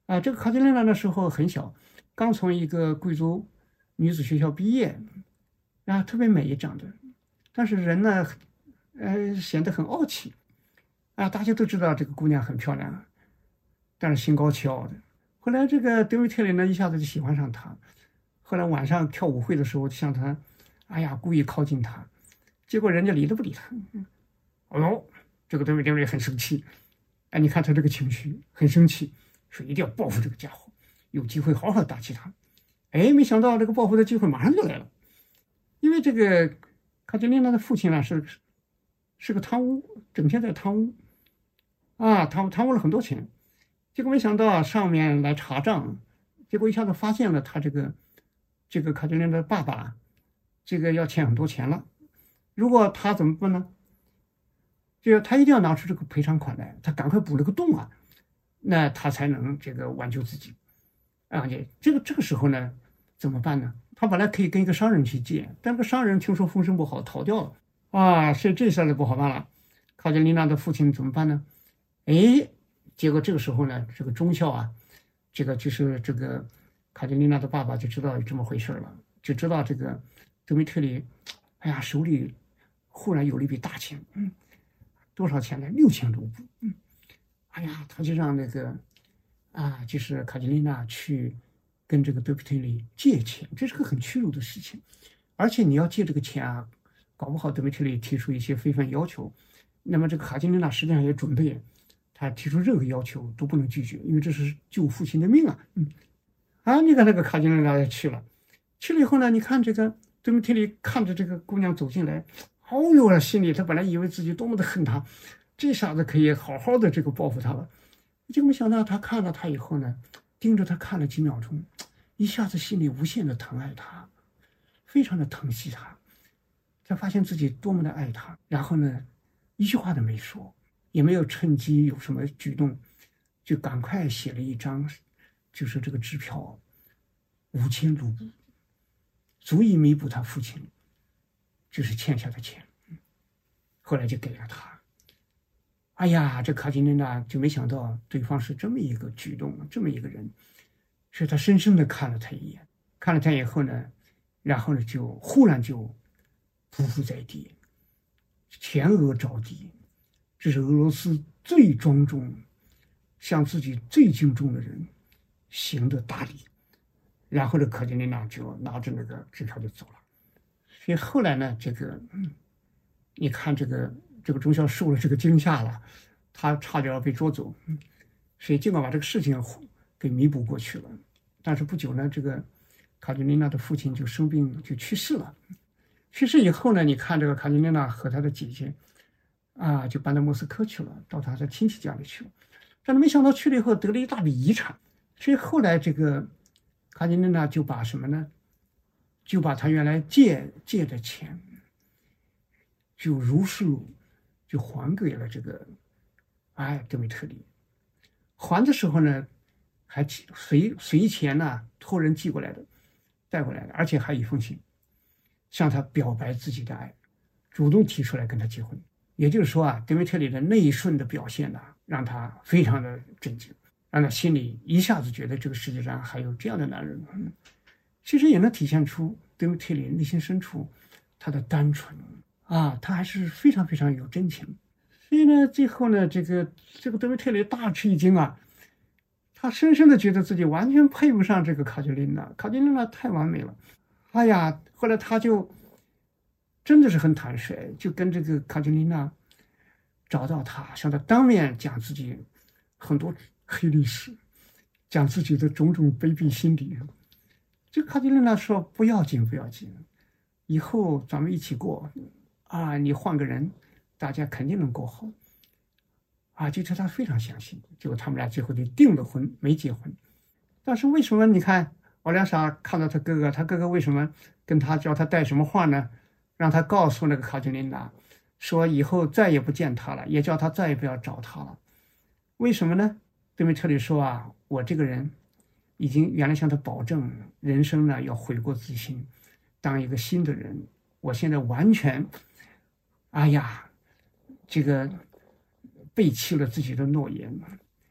啊，这个卡捷琳娜那时候很小，刚从一个贵族女子学校毕业，然后特别美长得，但是人呢，呃，显得很傲气啊。大家都知道这个姑娘很漂亮，但是心高气傲的。后来这个德米特里呢，一下子就喜欢上她。后来晚上跳舞会的时候，向她，哎呀，故意靠近她，结果人家理都不理他。哦，这个德米特里很生气，哎，你看他这个情绪很生气，说一定要报复这个家伙，有机会好好打击他。哎，没想到这个报复的机会马上就来了，因为这个卡捷琳娜的父亲呢是是个贪污，整天在贪污啊，贪贪污了很多钱，结果没想到上面来查账，结果一下子发现了他这个这个卡捷琳娜的爸爸这个要欠很多钱了，如果他怎么办呢？就是他一定要拿出这个赔偿款来，他赶快补了个洞啊，那他才能这个挽救自己啊。这个这个时候呢，怎么办呢？他本来可以跟一个商人去借，但这个商人听说风声不好，逃掉了啊，所以这事儿就不好办了。卡捷琳娜的父亲怎么办呢？哎，结果这个时候呢，这个中校啊，这个就是这个卡捷琳娜的爸爸就知道有这么回事了，就知道这个德米特里，哎呀，手里忽然有了一笔大钱，嗯，多少钱呢？六千卢布，嗯，哎呀，他就让那个啊，就是卡捷琳娜去跟这个德米特里借钱，这是个很屈辱的事情，而且你要借这个钱啊，搞不好德米特里提出一些非凡要求，那么这个卡捷琳娜实际上也准备，他提出任何要求都不能拒绝，因为这是救父亲的命啊，嗯，啊，你看那个卡捷琳娜也去了，去了以后呢，你看这个德米特里看着这个姑娘走进来。哦哟，心里他本来以为自己多么的恨他，这下子可以好好的这个报复他了，结果没想到他看到他以后呢，盯着他看了几秒钟，一下子心里无限的疼爱他，非常的疼惜他，才发现自己多么的爱他，然后呢，一句话都没说，也没有趁机有什么举动，就赶快写了一张，就是这个支票，五千卢布，足以弥补他父亲就是欠下的钱，后来就给了他。哎呀，这卡捷琳娜就没想到对方是这么一个举动，这么一个人，所以他深深的看了他一眼，看了他以后呢，然后呢就忽然就匍匐在地，前额着地，这是俄罗斯最庄重、向自己最敬重的人行的大礼。然后呢，卡捷琳娜就拿着那个支票就走了。所以后来呢，这个，嗯，你看这个这个中校受了这个惊吓了，他差点要被捉走，嗯，所以尽管把这个事情给弥补过去了，但是不久呢，这个卡捷琳娜的父亲就生病就去世了。去世以后呢，你看这个卡捷琳娜和她的姐姐啊，就搬到莫斯科去了，到她的亲戚家里去了。但是没想到去了以后得了一大笔遗产，所以后来这个卡捷琳娜就把什么呢？就把他原来借借的钱，就如数就还给了这个哎德米特里。还的时候呢，还随随钱呢托人寄过来的，带过来的，而且还有一封信，向他表白自己的爱，主动提出来跟他结婚。也就是说啊，德米特里的那一瞬的表现呢，让他非常的震惊，让他心里一下子觉得这个世界上还有这样的男人。嗯，其实也能体现出德米特里内心深处他的单纯啊，他还是非常非常有真情。所以呢，最后呢，这个这个德米特里大吃一惊啊，他深深的觉得自己完全配不上这个卡捷琳娜，卡捷琳娜太完美了。哎呀，后来他就真的是很坦率，就跟这个卡捷琳娜找到他，向他当面讲自己很多黑历史，讲自己的种种卑鄙心理。这卡捷琳娜说不要紧不要紧，以后咱们一起过啊，你换个人，大家肯定能过好啊。就说他非常相信，结果他们俩最后就订了婚，没结婚。但是为什么你看奥莲莎看到他哥哥，他哥哥为什么跟他叫他带什么话呢？让他告诉那个卡捷琳娜说以后再也不见他了，也叫他再也不要找他了。为什么呢？德米特里说啊，我这个人已经原来向他保证人生呢要悔过自新，当一个新的人。我现在完全，哎呀，这个背弃了自己的诺言。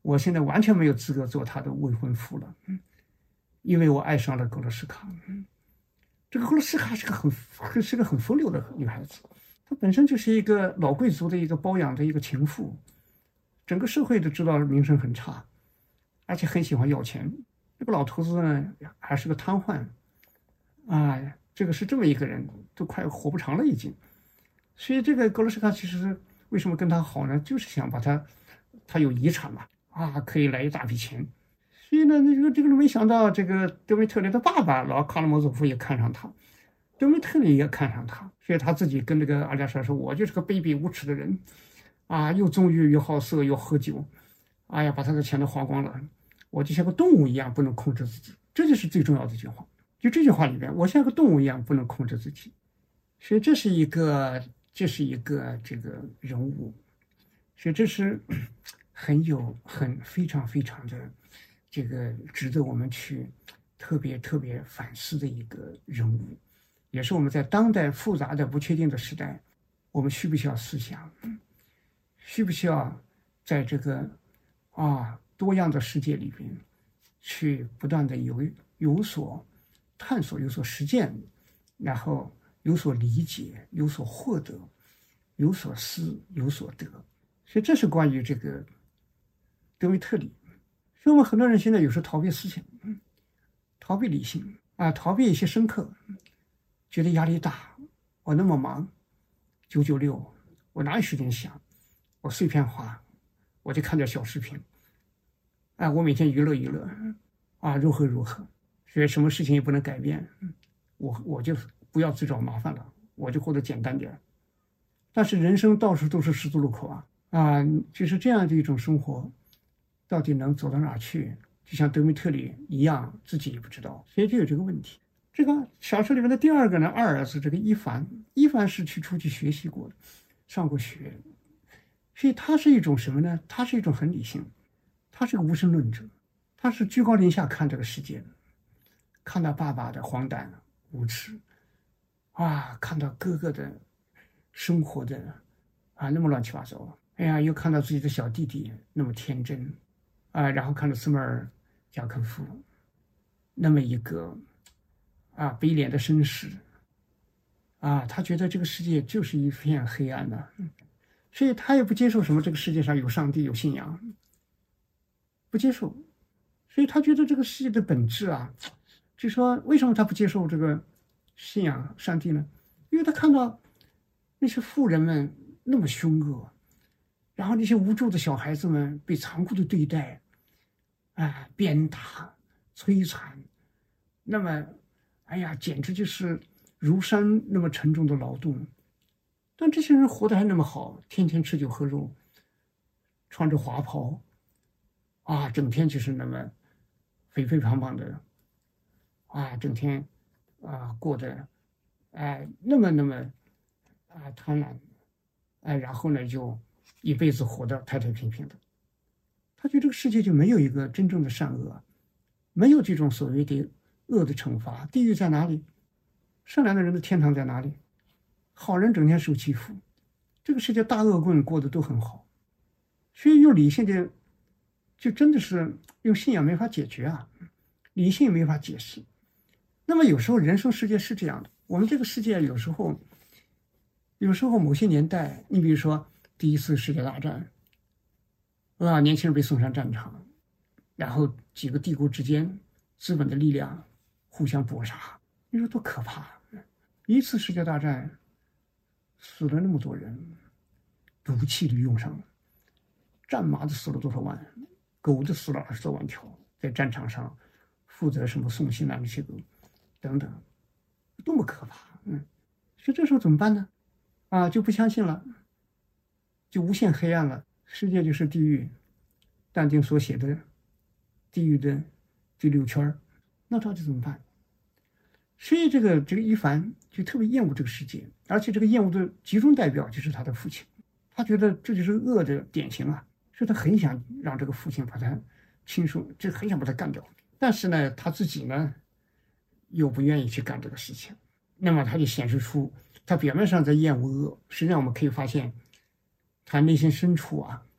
我现在完全没有资格做他的未婚夫了，嗯，因为我爱上了格罗斯卡。嗯，这个格罗斯卡是个很是个很风流的女孩子，她本身就是一个老贵族的一个包养的一个情妇，整个社会都知道名声很差，而且很喜欢要钱。这个老头子呢还是个瘫痪，啊，这个是这么一个人，都快活不长了已经。所以这个格罗斯卡其实为什么跟他好呢？就是想把他，他有遗产嘛，啊，可以来一大笔钱。所以呢，这个这个没想到，这个德梅特里的爸爸老卡拉莫佐夫也看上他，德梅特里也看上他，所以他自己跟这个阿加莎说：“我就是个卑鄙无耻的人，啊，又纵欲又好色又喝酒，哎呀，把他的钱都花光了，我就像个动物一样不能控制自己。”这就是最重要的一句话。就这句话里边，我像个动物一样不能控制自己。所以这是一个，这是一个这个人物，所以这是很有很非常非常的。这个值得我们去特别特别反思的一个人物，也是我们在当代复杂的不确定的时代，我们需不需要思想，需不需要在这个啊多样的世界里边去不断的有有所探索、有所实践，然后有所理解、有所获得、有所思、有所得。所以这是关于这个德维特里。所以我们很多人现在有时候逃避思想，逃避理性啊，逃避一些深刻，觉得压力大。我那么忙，九九六，我哪有时间想？我碎片化，我就看点小视频。啊，我每天娱乐娱乐，啊，如何如何，所以什么事情也不能改变。我我就不要自找麻烦了，我就活得简单点。但是人生到处都是十字路口啊啊，就是这样的一种生活。到底能走到哪去？就像德梅特里一样，自己也不知道，所以就有这个问题。这个小说里面的第二个呢，二儿子这个伊凡，伊凡是去出去学习过的，上过学，所以他是一种什么呢？他是一种很理性，他是个无神论者，他是居高临下看这个世界的，看到爸爸的荒诞无耻，啊，看到哥哥的生活的啊那么乱七八糟，哎呀，又看到自己的小弟弟那么天真。啊，然后看到斯梅尔贾科夫那么一个啊悲怜的绅士啊，他觉得这个世界就是一片黑暗的、啊，所以他也不接受什么这个世界上有上帝有信仰，不接受，所以他觉得这个世界的本质啊，就说为什么他不接受这个信仰上帝呢？因为他看到那些富人们那么凶恶，然后那些无助的小孩子们被残酷的对待。啊，鞭打、摧残，那么，哎呀，简直就是如山那么沉重的劳动。但这些人活得还那么好，天天吃酒喝肉，穿着华袍，啊，整天就是那么肥肥胖胖的，啊，整天啊过得，哎，那么那么啊贪婪，哎，然后呢就一辈子活得太太平平的。他觉得这个世界就没有一个真正的善恶，没有这种所谓的恶的惩罚。地狱在哪里？善良的人的天堂在哪里？好人整天受欺负，这个世界大恶棍过得都很好。所以用理性的，就真的是用信仰没法解决啊，理性没法解释。那么有时候人生世界是这样的，我们这个世界有时候，有时候某些年代，你比如说第一次世界大战。啊，年轻人被送上战场，然后几个帝国之间资本的力量互相搏杀，你说多可怕！一次世界大战死了那么多人，毒气都用上了，战马的死了多少万，狗的死了二十多万条，在战场上负责什么送信啊那些个等等，多么可怕！嗯，所以这时候怎么办呢？啊，就不相信了，就无限黑暗了。世界就是地狱，但丁所写的地狱的第六圈，那到底怎么办？所以这个这个伊凡就特别厌恶这个世界，而且这个厌恶的集中代表就是他的父亲，他觉得这就是恶的典型啊，所以他很想让这个父亲把他亲手，就很想把他干掉。但是呢，他自己呢又不愿意去干这个事情，那么他就显示出他表面上在厌恶恶，实际上我们可以发现。他内心深处啊，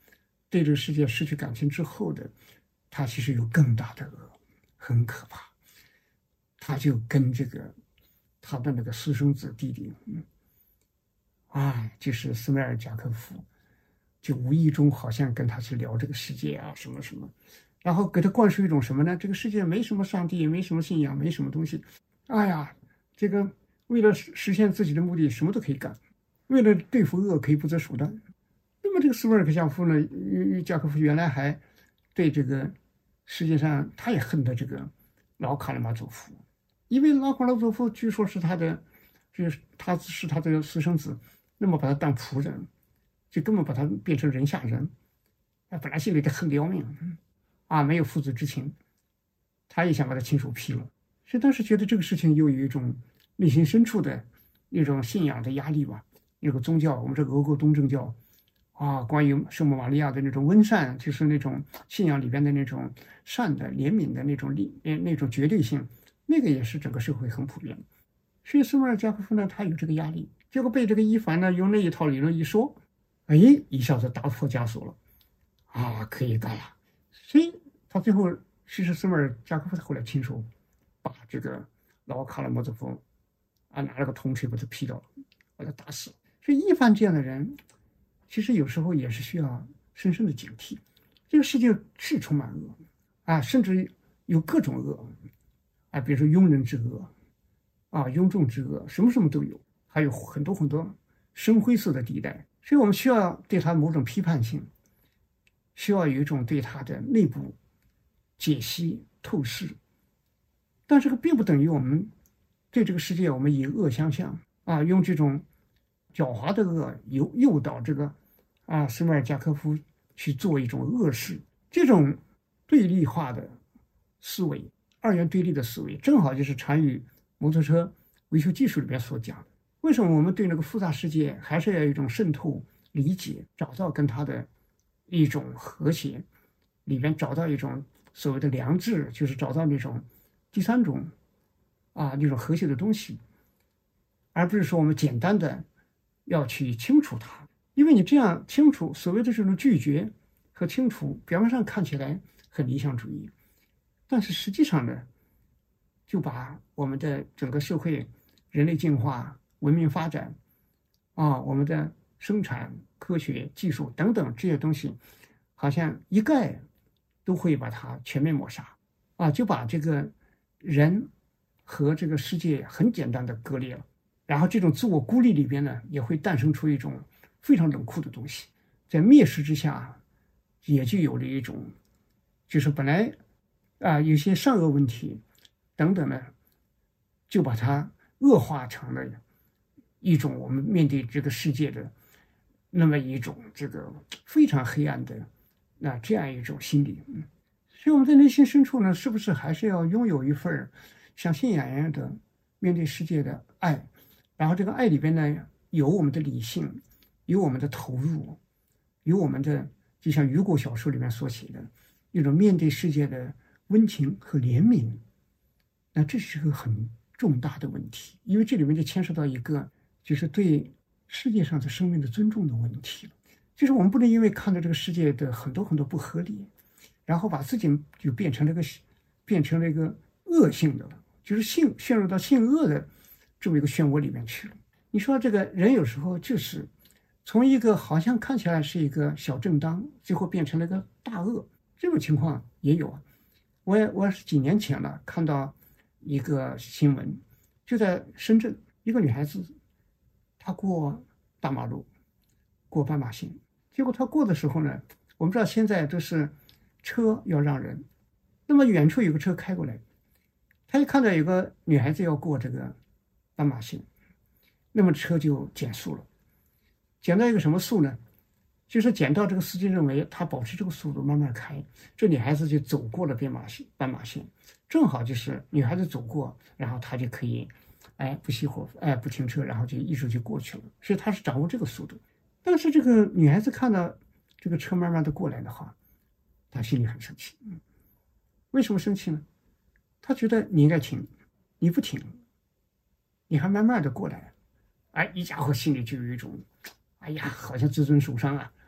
对这个世界失去感情之后的，他其实有更大的恶，很可怕。他就跟这个他的那个私生子弟弟，嗯，哎，就是斯梅尔贾科夫，就无意中好像跟他去聊这个世界啊，什么什么，然后给他灌输一种什么呢？这个世界没什么上帝，没什么信仰，没什么东西。哎呀，这个为了实现自己的目的，什么都可以干；为了对付恶，可以不择手段。那么这个斯梅尔贾科夫呢，贾科夫原来还对这个世界上，他也恨的这个老卡拉马佐夫，因为老卡拉马佐夫据说是他的，就是他是他的私生子，那么把他当仆人，就根本把他变成人下人。啊，本来心里就恨得要命，啊，没有父子之情，他也想把他亲手劈了。所以当时觉得这个事情又有一种内心深处的一种信仰的压力吧。有个宗教，我们这个俄国东正教啊，关于圣母玛利亚的那种温善，就是那种信仰里边的那种善的、怜悯的那种力，那种绝对性，那个也是整个社会很普遍。所以斯梅尔贾科夫呢，他有这个压力，结果被这个伊凡呢用那一套理论一说，哎，一下子打破枷锁了，啊，可以干了。所以他最后，其实斯梅尔贾科夫后来亲手把这个老卡拉莫佐夫啊拿了个铜锤把他劈掉了，把他打死了。所以伊凡这样的人，其实有时候也是需要深深的警惕。这个世界是充满恶啊，甚至有各种恶啊，比如说庸人之恶啊，庸众之恶，什么什么都有，还有很多很多深灰色的地带。所以我们需要对它某种批判性，需要有一种对它的内部解析透视。但这个并不等于我们对这个世界我们以恶相向啊，用这种狡猾的恶诱诱导这个啊斯梅尔贾科夫去做一种恶事。这种对立化的思维，二元对立的思维，正好就是禅语摩托车维修技术里面所讲的。为什么我们对那个复杂世界还是要有一种渗透理解，找到跟它的一种和谐，里面找到一种所谓的良知，就是找到那种第三种啊那种和谐的东西，而不是说我们简单的要去清除它。因为你这样清除，所谓的这种拒绝和清除，表面上看起来很理想主义，但是实际上呢，就把我们的整个社会、人类进化、文明发展啊，我们的生产、科学技术等等这些东西，好像一概都会把它全面抹杀啊，就把这个人和这个世界很简单的割裂了。然后这种自我孤立里边呢，也会诞生出一种非常冷酷的东西，在蔑视之下，也就有了一种，就是本来啊有些善恶问题等等呢，就把它恶化成了一种我们面对这个世界的那么一种这个非常黑暗的那这样一种心理。嗯，所以我们在内心深处呢，是不是还是要拥有一份像信仰一样的面对世界的爱？然后这个爱里边呢，有我们的理性，有我们的投入，有我们的就像雨果小说里面所写的一种面对世界的温情和怜悯。那这是个很重大的问题，因为这里面就牵涉到一个就是对世界上的生命的尊重的问题了。就是我们不能因为看到这个世界的很多很多不合理，然后把自己就变成了个变成了一个恶性的了，就是性陷入到性恶的这么一个漩涡里面去了。你说这个人有时候就是从一个好像看起来是一个小正当，最后变成了一个大恶，这种情况也有啊。我也我是几年前了看到一个新闻，就在深圳，一个女孩子她过大马路，过斑马线，结果她过的时候呢，我们知道现在都是车要让人，那么远处有个车开过来，她一看到有个女孩子要过这个斑马线，那么车就减速了，减到一个什么速呢？就是减到这个司机认为他保持这个速度慢慢开，这女孩子就走过了斑马线，斑马线正好就是女孩子走过，然后她就可以，哎，不熄火，哎，不停车，然后就一直就过去了。所以她是掌握这个速度。但是这个女孩子看到这个车慢慢的过来的话，她心里很生气。为什么生气呢？她觉得你应该停，你不停，你还慢慢的过来，哎，一家伙心里就有一种，哎呀，好像自尊受伤啊，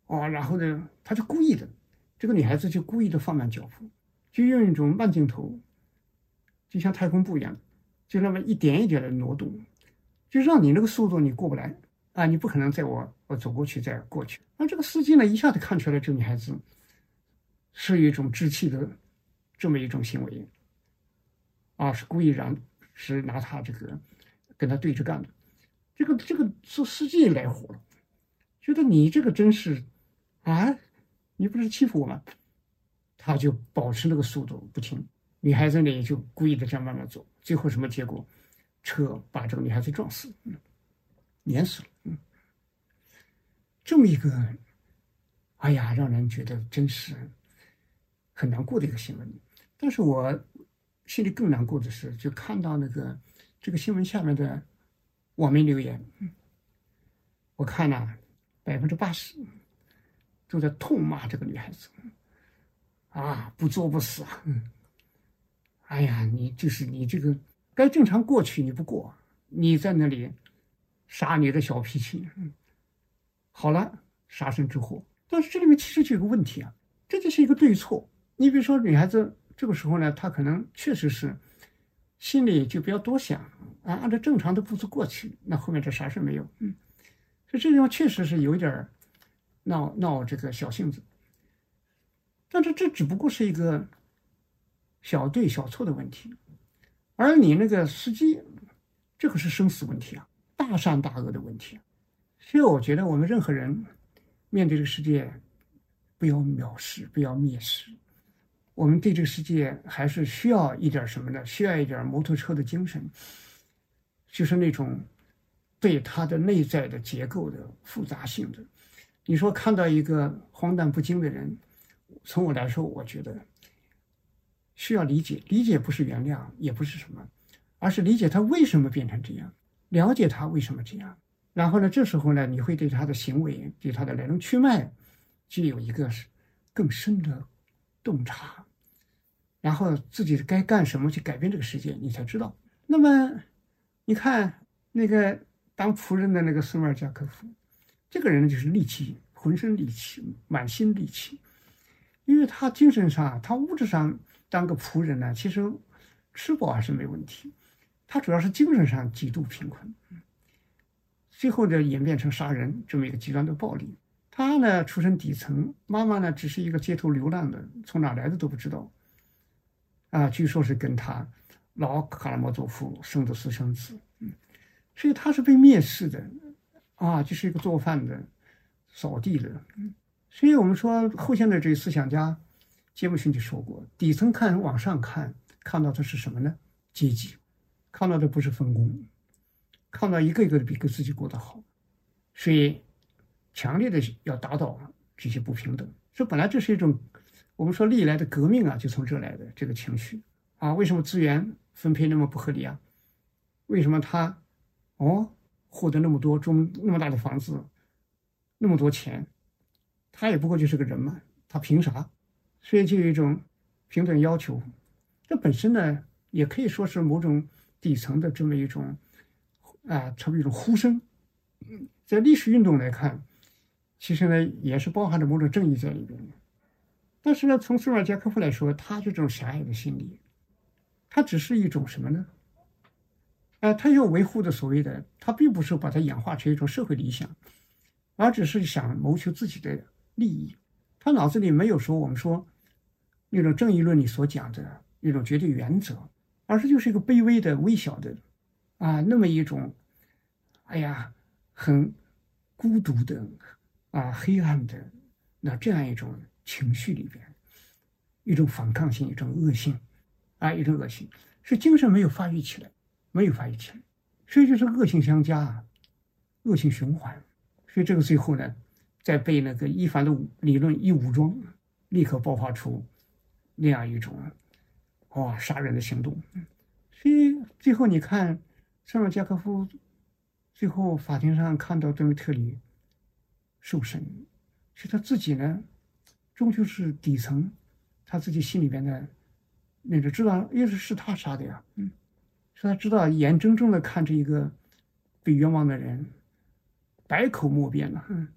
哦，然后呢，他就故意的，这个女孩子就故意的放慢脚步，就用一种慢镜头，就像太空步一样，就那么一点一点的挪动，就让你那个速度你过不来啊，你不可能在我我走过去再过去。那这个司机呢，一下子看出来这个女孩子是一种稚气的这么一种行为，啊，是故意让是拿他这个跟他对着干的。这个这个司司机来火了，觉得你这个真是啊，你不是欺负我吗？他就保持那个速度不停，女孩子呢也就故意的这样慢慢走，最后什么结果？车把这个女孩子撞死，嗯，碾死了，嗯，这么一个，哎呀，让人觉得真是很难过的一个新闻。但是我心里更难过的是，就看到那个这个新闻下面的网民留言，我看呐、啊，百分之八十都在痛骂这个女孩子，啊，不作不死啊！嗯，哎呀，你就是你这个该正常过去你不过，你在那里耍你的小脾气，嗯，好了，杀身之祸。但是这里面其实就有个问题啊，这就是一个对错。你比如说女孩子这个时候呢，她可能确实是心里就不要多想啊，按照正常的步骤过去，那后面这啥事没有，嗯，所以这地方确实是有一点闹闹这个小性子。但是这只不过是一个小对小错的问题，而你那个司机，这可是生死问题啊，大善大恶的问题啊。所以我觉得我们任何人面对这个世界，不要藐视，不要蔑视。我们对这个世界还是需要一点什么呢？需要一点摩托车的精神，就是那种对它的内在的结构的复杂性的。你说看到一个荒诞不经的人，从我来说，我觉得需要理解，理解不是原谅，也不是什么，而是理解他为什么变成这样，了解他为什么这样。然后呢，这时候呢，你会对他的行为，对他的来龙去脉，具有一个更深的洞察，然后自己该干什么去改变这个世界，你才知道。那么，你看那个当仆人的那个苏尔加科夫，这个人就是戾气，浑身戾气，满心戾气，因为他精神上，他物质上当个仆人呢，其实吃饱还是没问题，他主要是精神上极度贫困。最后的演变成杀人这么一个极端的暴力。他呢出身底层，妈妈呢只是一个街头流浪的，从哪来的都不知道。啊，据说是跟他老卡拉莫佐夫生的私生子，嗯，所以他是被蔑视的，啊，就是一个做饭的、扫地的，嗯，所以我们说后现代这些思想家杰姆逊就说过，底层看往上看，看到的是什么呢？阶级，看到的不是分工。看到一个一个的比自己过得好，所以强烈的要打倒这些不平等。这本来这是一种我们说历来的革命啊，就从这来的这个情绪啊。为什么资源分配那么不合理啊？为什么他哦获得那么多中那么大的房子，那么多钱，他也不过就是个人嘛，他凭啥？所以就有一种平等要求。这本身呢，也可以说是某种底层的这么一种。啊，成为一种呼声。在历史运动来看，其实呢也是包含着某种正义在里边的。但是呢，从苏尔加科夫来说，他这种狭隘的心理，他只是一种什么呢？啊，他要维护的所谓的，他并不是把它演化成一种社会理想，而只是想谋求自己的利益。他脑子里没有说我们说那种正义论里所讲的那种绝对原则，而是就是一个卑微的、微小的。啊，那么一种，哎呀，很孤独的，啊，黑暗的，那这样一种情绪里边，一种反抗性，一种恶性，啊，一种恶性，是精神没有发育起来，没有发育起来，所以就是恶性相加，恶性循环，所以这个最后呢，再被那个伊凡的理论一武装，立刻爆发出那样一种，哇，杀人的行动，所以最后你看。圣尔加科夫最后法庭上看到德梅特里受审，所以他自己呢，终究是底层，他自己心里边的那个知道，也是是他杀的呀，嗯，是他知道眼睁睁的看着一个被冤枉的人百口莫辩了，嗯，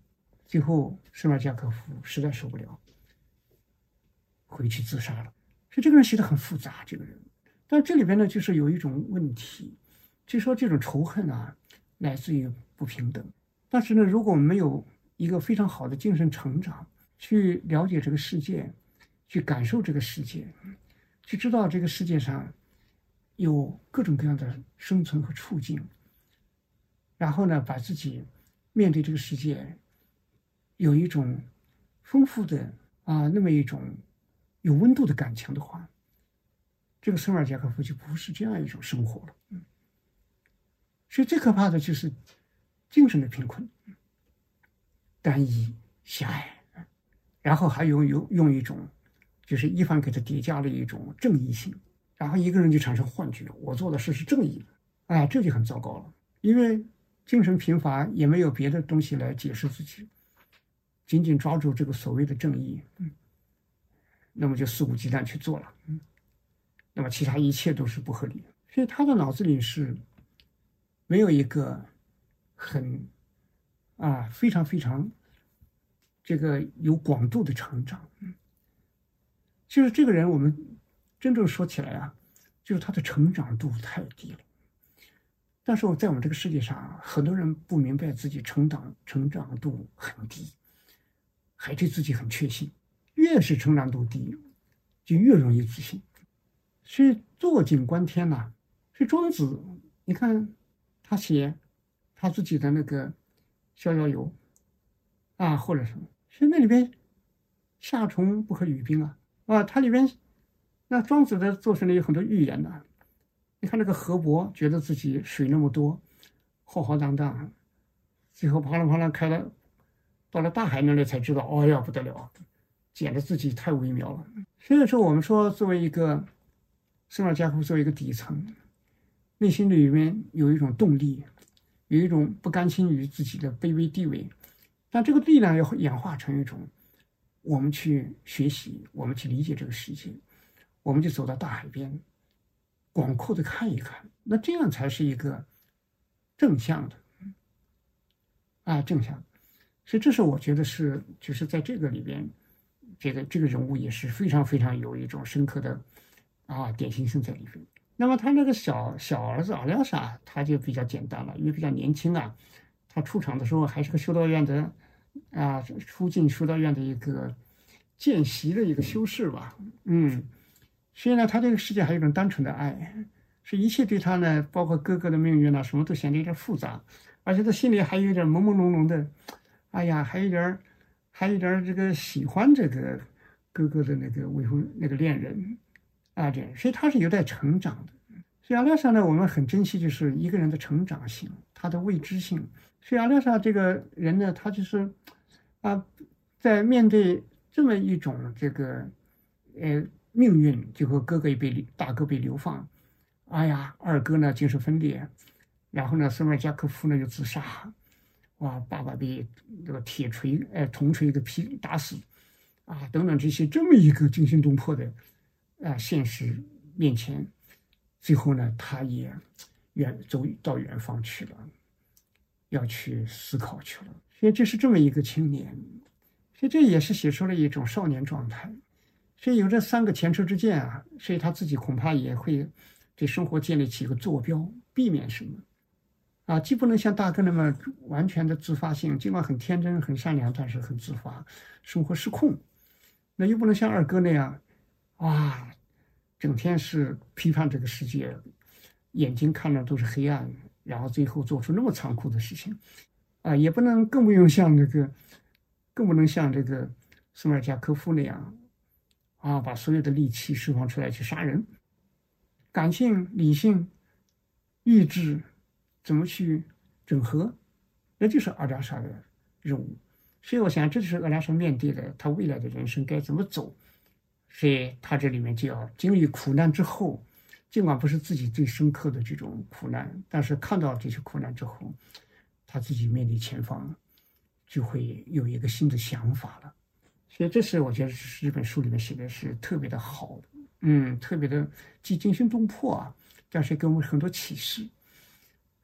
最后斯马尔加科夫实在受不了，回去自杀了。所以这个人写的很复杂，这个人。但这里边呢，就是有一种问题，就说这种仇恨啊，来自于不平等。但是呢，如果我们没有一个非常好的精神成长，去了解这个世界，去感受这个世界，去知道这个世界上有各种各样的生存和处境，然后呢，把自己面对这个世界有一种丰富的啊，那么一种有温度的感情的话，这个斯马尔加科夫就不是这样一种生活了。嗯，所以最可怕的就是精神的贫困、单一、狭隘，然后还有用用一种，就是一方给他叠加了一种正义性，然后一个人就产生幻觉，我做的事是正义的，哎，这就很糟糕了。因为精神贫乏也没有别的东西来解释自己，紧紧抓住这个所谓的正义，嗯，那么就肆无忌惮去做了，嗯，那么其他一切都是不合理的。所以他的脑子里是没有一个很啊非常非常这个有广度的成长。嗯，就是这个人，我们真正说起来啊，就是他的成长度太低了。但是我在我们这个世界上，很多人不明白自己成长成长度很低，还对自己很确信。越是成长度低，就越容易自信。所以坐井观天呐、啊，所以庄子，你看他写他自己的那个《逍遥游》啊，或者什么，所以那里边夏虫不可语冰啊啊，它里边那庄子的作品里有很多寓言的、啊。你看那个河伯，觉得自己水那么多，浩浩荡荡，最后啪啦啪啦开了，到了大海那里才知道，哦呀不得了，简直自己太微妙了。所以说，我们说作为一个斯马尔加科夫，作为一个底层，内心里面有一种动力，有一种不甘心于自己的卑微地位，但这个力量要演化成一种，我们去学习，我们去理解这个世界，我们就走到大海边。广阔的看一看，那这样才是一个正向的啊，正向。所以这是我觉得是，就是在这个里边，这个这个人物也是非常非常有一种深刻的啊典型性在里边。那么他那个小小儿子阿廖沙，他就比较简单了，因为比较年轻啊，他出场的时候还是个修道院的啊，出进修道院的一个见习的一个修士吧，嗯。所以呢，他这个世界还有一种单纯的爱，是一切对他呢，包括哥哥的命运呢，什么都显得有点复杂，而且他心里还有点朦朦胧胧的，哎呀，还有点，还有点这个喜欢这个哥哥的那个未婚那个恋人啊，这样，所以他是有待成长的。所以阿廖沙呢，我们很珍惜就是一个人的成长性，他的未知性。所以阿廖沙这个人呢，他就是啊，在面对这么一种这个呃。命运就和哥哥被大哥被流放，哎呀，二哥呢精神分裂，然后呢斯马尔加科夫呢又自杀，哇，爸爸被这个铁锤哎铜锤给劈打死，啊，等等这些这么一个惊心动魄的啊现实面前，最后呢他也远走到远方去了，要去思考去了。所以这是这么一个青年，所以这也是写出了一种少年状态。所以有这三个前车之鉴啊，所以他自己恐怕也会对生活建立起一个坐标，避免什么啊，既不能像大哥那么完全的自发性，尽管很天真很善良，但是很自发，生活失控，那又不能像二哥那样啊，整天是批判这个世界，眼睛看着都是黑暗，然后最后做出那么残酷的事情啊，也不能更不用像这个更不能像这个斯马尔加科夫那样啊，把所有的力气释放出来去杀人。感性、理性、意志怎么去整合，那就是阿廖沙的任务。所以我想，这就是阿廖沙面对的他未来的人生该怎么走。所以他这里面就要经历苦难之后，尽管不是自己最深刻的这种苦难，但是看到这些苦难之后，他自己面对前方，就会有一个新的想法了。所以这是我觉得这本书里面写的是特别的好的，嗯，特别的既惊心动魄啊，但是给我们很多启示。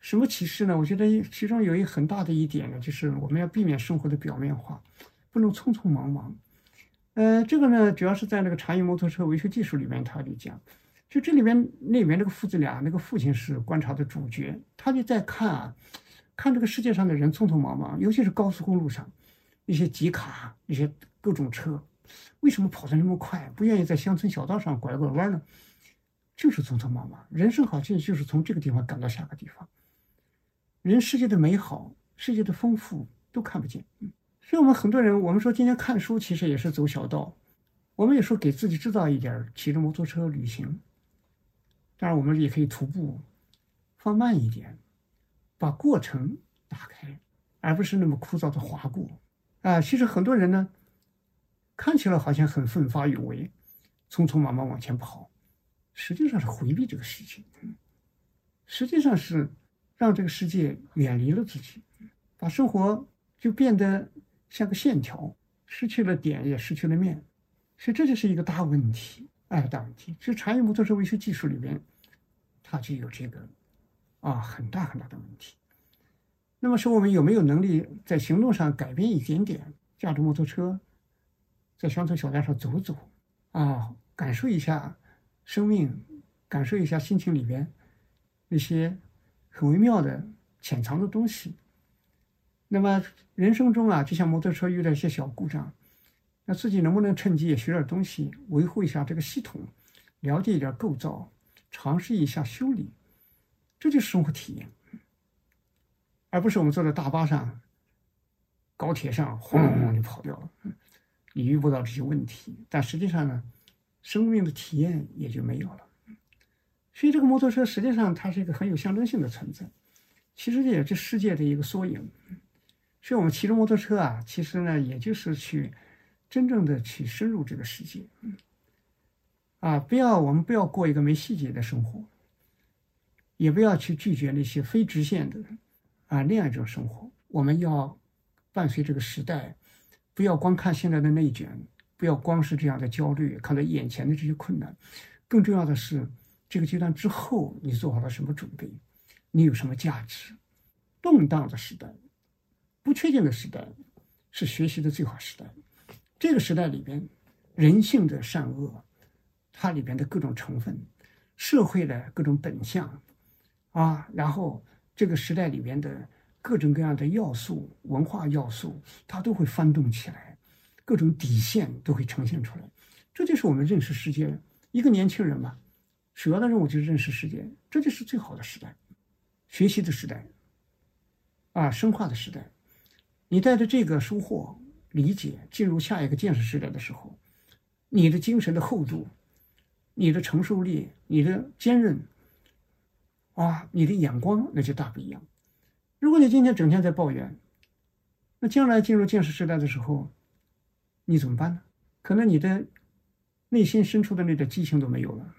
什么启示呢？我觉得其中有一很大的一点呢，就是我们要避免生活的表面化，不能匆匆忙忙。呃，这个呢，主要是在那个茶叶摩托车维修技术里面，他就讲，就这里面那里面那个父子俩，那个父亲是观察的主角，他就在看啊，看这个世界上的人匆匆忙忙，尤其是高速公路上，那些急卡，那些各种车，为什么跑得那么快，不愿意在乡村小道上拐个弯呢？就是匆匆忙忙。人生好像就是从这个地方赶到下个地方，人世界的美好，世界的丰富都看不见。所以我们很多人，我们说今天看书其实也是走小道，我们也说给自己制造一点骑着摩托车旅行，当然我们也可以徒步，放慢一点，把过程打开，而不是那么枯燥的划过啊。其实很多人呢，看起来好像很奋发有为，匆匆忙忙往前跑，实际上是回避这个世界，实际上是让这个世界远离了自己，把生活就变得像个线条，失去了点，也失去了面，所以这就是一个大问题，哎，大问题。这茶叶摩托车维修技术里面，它就有这个啊很大很大的问题。那么说，我们有没有能力在行动上改变一点点，驾着摩托车在乡村小道上走走啊，感受一下生命，感受一下心情里边那些很微妙的潜藏的东西。那么人生中啊，就像摩托车遇到一些小故障，那自己能不能趁机也学点东西，维护一下这个系统，了解一点构造，尝试一下修理，这就是生活体验，而不是我们坐在大巴上、高铁上轰隆隆就跑掉了，你遇不到这些问题，但实际上呢，生命的体验也就没有了。所以这个摩托车实际上它是一个很有象征性的存在，其实也是世界的一个缩影。所以我们骑着摩托车啊，其实呢，也就是去真正的去深入这个世界，啊，不要我们不要过一个没细节的生活，也不要去拒绝那些非直线的啊那样一种生活。我们要伴随这个时代，不要光看现在的内卷，不要光是这样的焦虑，看到眼前的这些困难，更重要的是这个阶段之后你做好了什么准备，你有什么价值。动荡的时代，不确定的时代，是学习的最好时代。这个时代里边，人性的善恶，它里边的各种成分，社会的各种本相，啊，然后这个时代里边的各种各样的要素，文化要素，它都会翻动起来，各种底线都会呈现出来。这就是我们认识世界，一个年轻人嘛，首要的任务就是认识世界，这就是最好的时代，学习的时代，啊，深化的时代。你带着这个收获、理解进入下一个建设时代的时候，你的精神的厚度、你的承受力、你的坚韧，啊，你的眼光那就大不一样。如果你今天整天在抱怨，那将来进入建设时代的时候，你怎么办呢？可能你的内心深处的那点激情都没有了，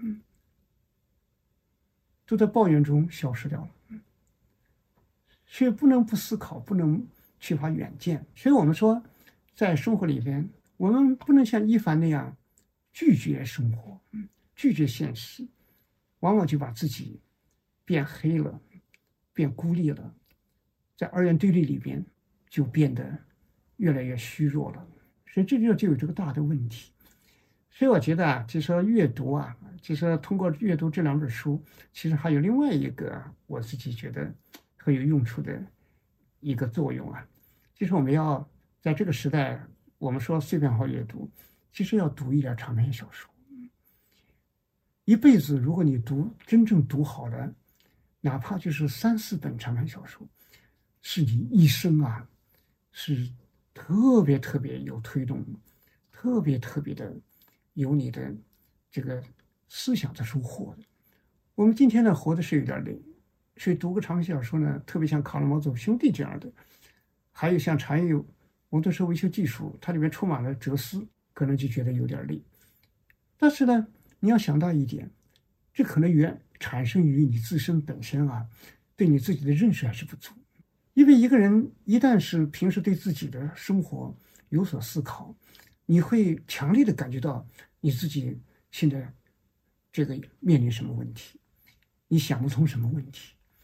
都在抱怨中消失掉了。所以不能不思考，不能缺乏远见。所以我们说，在生活里边，我们不能像一凡那样拒绝生活，拒绝现实，往往就把自己变黑了，变孤立了，在二元对立里边就变得越来越虚弱了。所以这就就有这个大的问题。所以我觉得啊，就说阅读啊，就说通过阅读这两本书，其实还有另外一个我自己觉得很有用处的一个作用啊，就是我们要在这个时代，我们说碎片化阅读，其实要读一点长篇小说。一辈子如果你读真正读好了，哪怕就是三四本长篇小说，是你一生啊，是特别特别有推动，特别特别的有你的这个思想的收获的。我们今天呢，活的是有点累。所以读个长篇小说呢，特别像《卡拉毛走兄弟》这样的，还有像《茶叶摩托车维修技术》，它里面充满了哲思，可能就觉得有点累。但是呢，你要想到一点，这可能原产生于你自身本身啊，对你自己的认识还是不足。因为一个人一旦是平时对自己的生活有所思考，你会强烈的感觉到你自己现在这个面临什么问题，你想不通什么问题。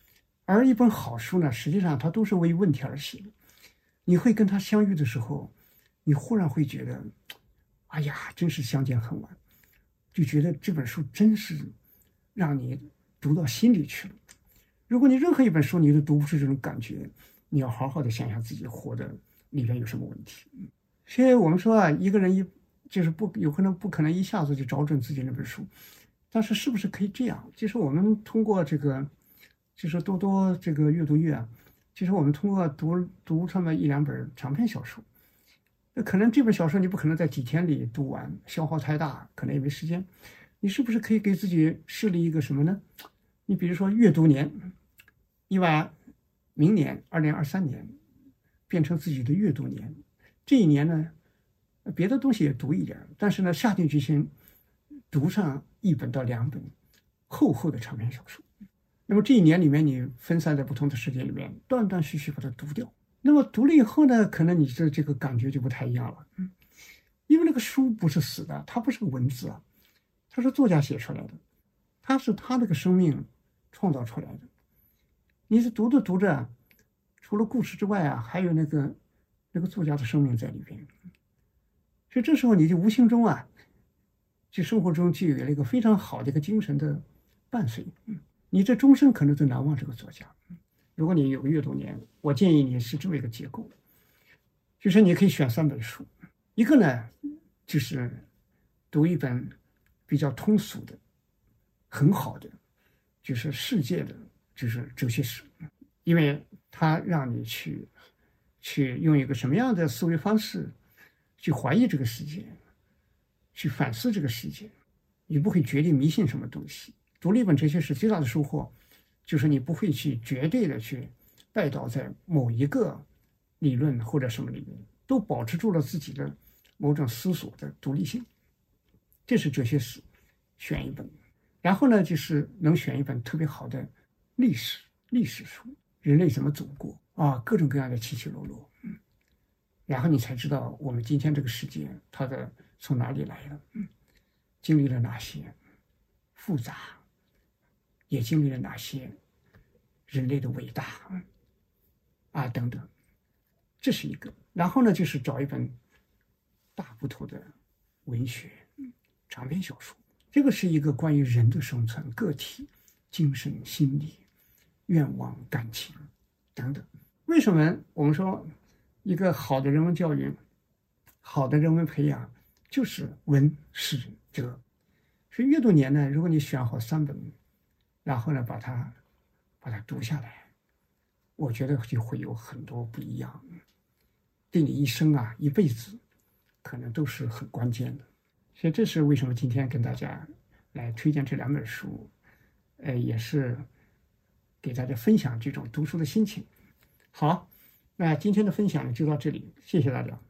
而一本好书呢，实际上它都是为问题而写的。你会跟他相遇的时候，你忽然会觉得，哎呀，真是相见恨晚，就觉得这本书真是让你读到心里去了。如果你任何一本书你都读不出这种感觉，你要好好的想想自己活的里面有什么问题。所以我们说啊，一个人一就是不有可能不可能一下子就找准自己那本书，但是是不是可以这样？就是我们通过这个，就是多多这个阅读月啊，其实我们通过读读这么一两本长篇小说，那可能这本小说你不可能在几天里读完，消耗太大，可能也没时间。你是不是可以给自己设立一个什么呢？你比如说阅读年，你把明年二零二三年变成自己的阅读年，这一年呢，别的东西也读一点，但是呢，下定决心读上一本到两本厚厚的长篇小说。那么这一年里面，你分散在不同的时间里面，断断续续把它读掉。那么读了以后呢，可能你的这个感觉就不太一样了。嗯，因为那个书不是死的，它不是个文字啊，它是作家写出来的，它是他那个生命创造出来的。你是读着读着，除了故事之外啊，还有那个那个作家的生命在里边。所以这时候你就无形中啊，就生活中就有了一个非常好的一个精神的伴随。嗯，你这终身可能都难忘这个作家。如果你有个阅读年，我建议你是这么一个结构，就是你可以选三本书，一个呢就是读一本比较通俗的、很好的，就是世界的，就是哲学史，因为它让你去去用一个什么样的思维方式去怀疑这个世界，去反思这个世界，你不会绝对迷信什么东西。读了一本哲学史最大的收获，就是你不会去绝对的去拜倒在某一个理论或者什么里面，都保持住了自己的某种思索的独立性。这是哲学史，选一本。然后呢，就是能选一本特别好的历史历史书，人类怎么走过啊，各种各样的起起落落。嗯，然后你才知道我们今天这个世界它的从哪里来的，嗯，经历了哪些复杂，也经历了哪些人类的伟大啊等等，这是一个。然后呢，就是找一本大部头的文学长篇小说，这个是一个关于人的生存、个体精神、心理、愿望、感情等等。为什么我们说一个好的人文教育、好的人文培养就是文史哲？所以阅读年呢，如果你选好三本，然后呢把它把它读下来，我觉得就会有很多不一样，对你一生啊一辈子可能都是很关键的。所以这是为什么今天跟大家来推荐这两本书，呃，也是给大家分享这种读书的心情。好，那今天的分享就到这里，谢谢大家。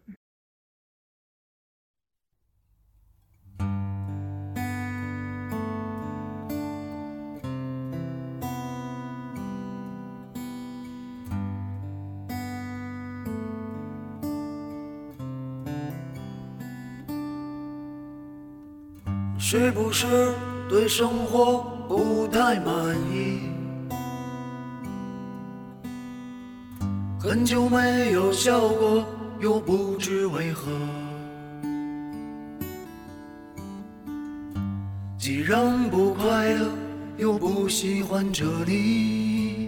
是不是对生活不太满意？很久没有笑过，又不知为何。既然不快乐，又不喜欢这里，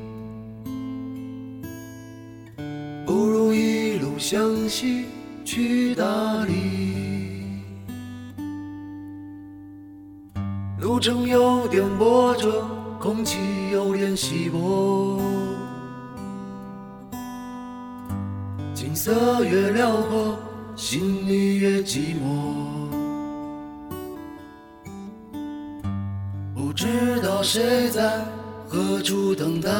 不如一路向西去大理。路程有点波折，空气有点稀薄，景色越辽阔，心里越寂寞。不知道谁在何处等待，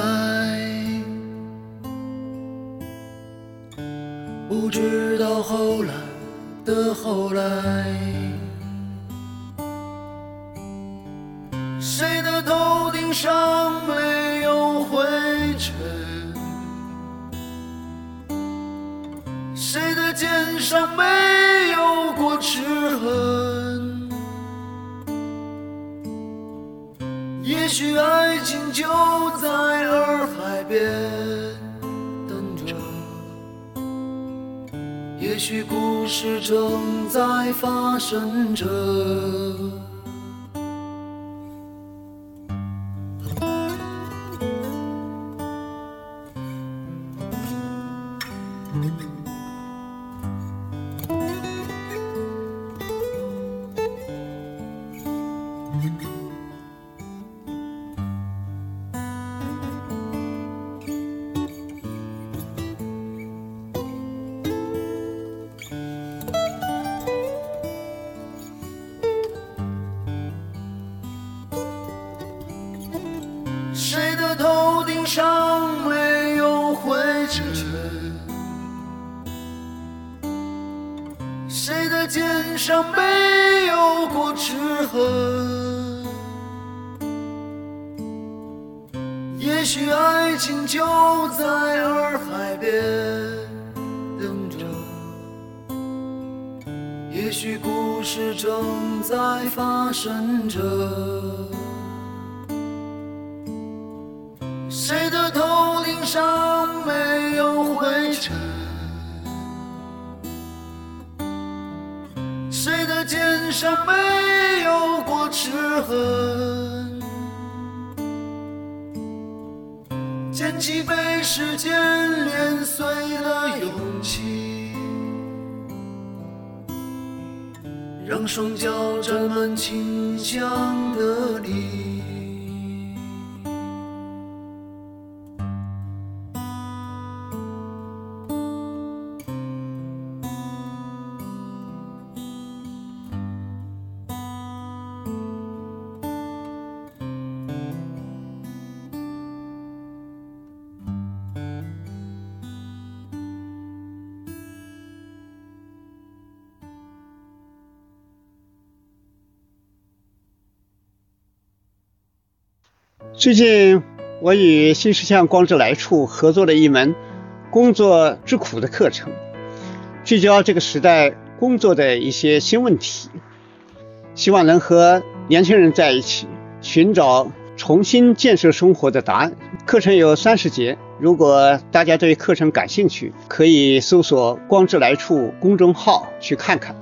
不知道后来的后来。谁的头顶上没有灰尘？谁的肩上没有过齿痕？ 也许爱情就在洱海边等着，也许故事正在发生着。谁的头顶上没有灰尘？谁的肩上没有过齿痕？也许爱情就在洱海边等着，也许故事正在发生着。谁的头顶上没有灰尘？谁的肩上没有过齿痕？捡起被时间碾碎的勇气，让双脚沾满清香的你。 最近我与新世相光之来处合作了一门工作之苦的课程，聚焦这个时代工作的一些新问题，希望能和年轻人在一起寻找重新建设生活的答案。课程有三十节，如果大家对课程感兴趣，可以搜索光之来处公众号去看看。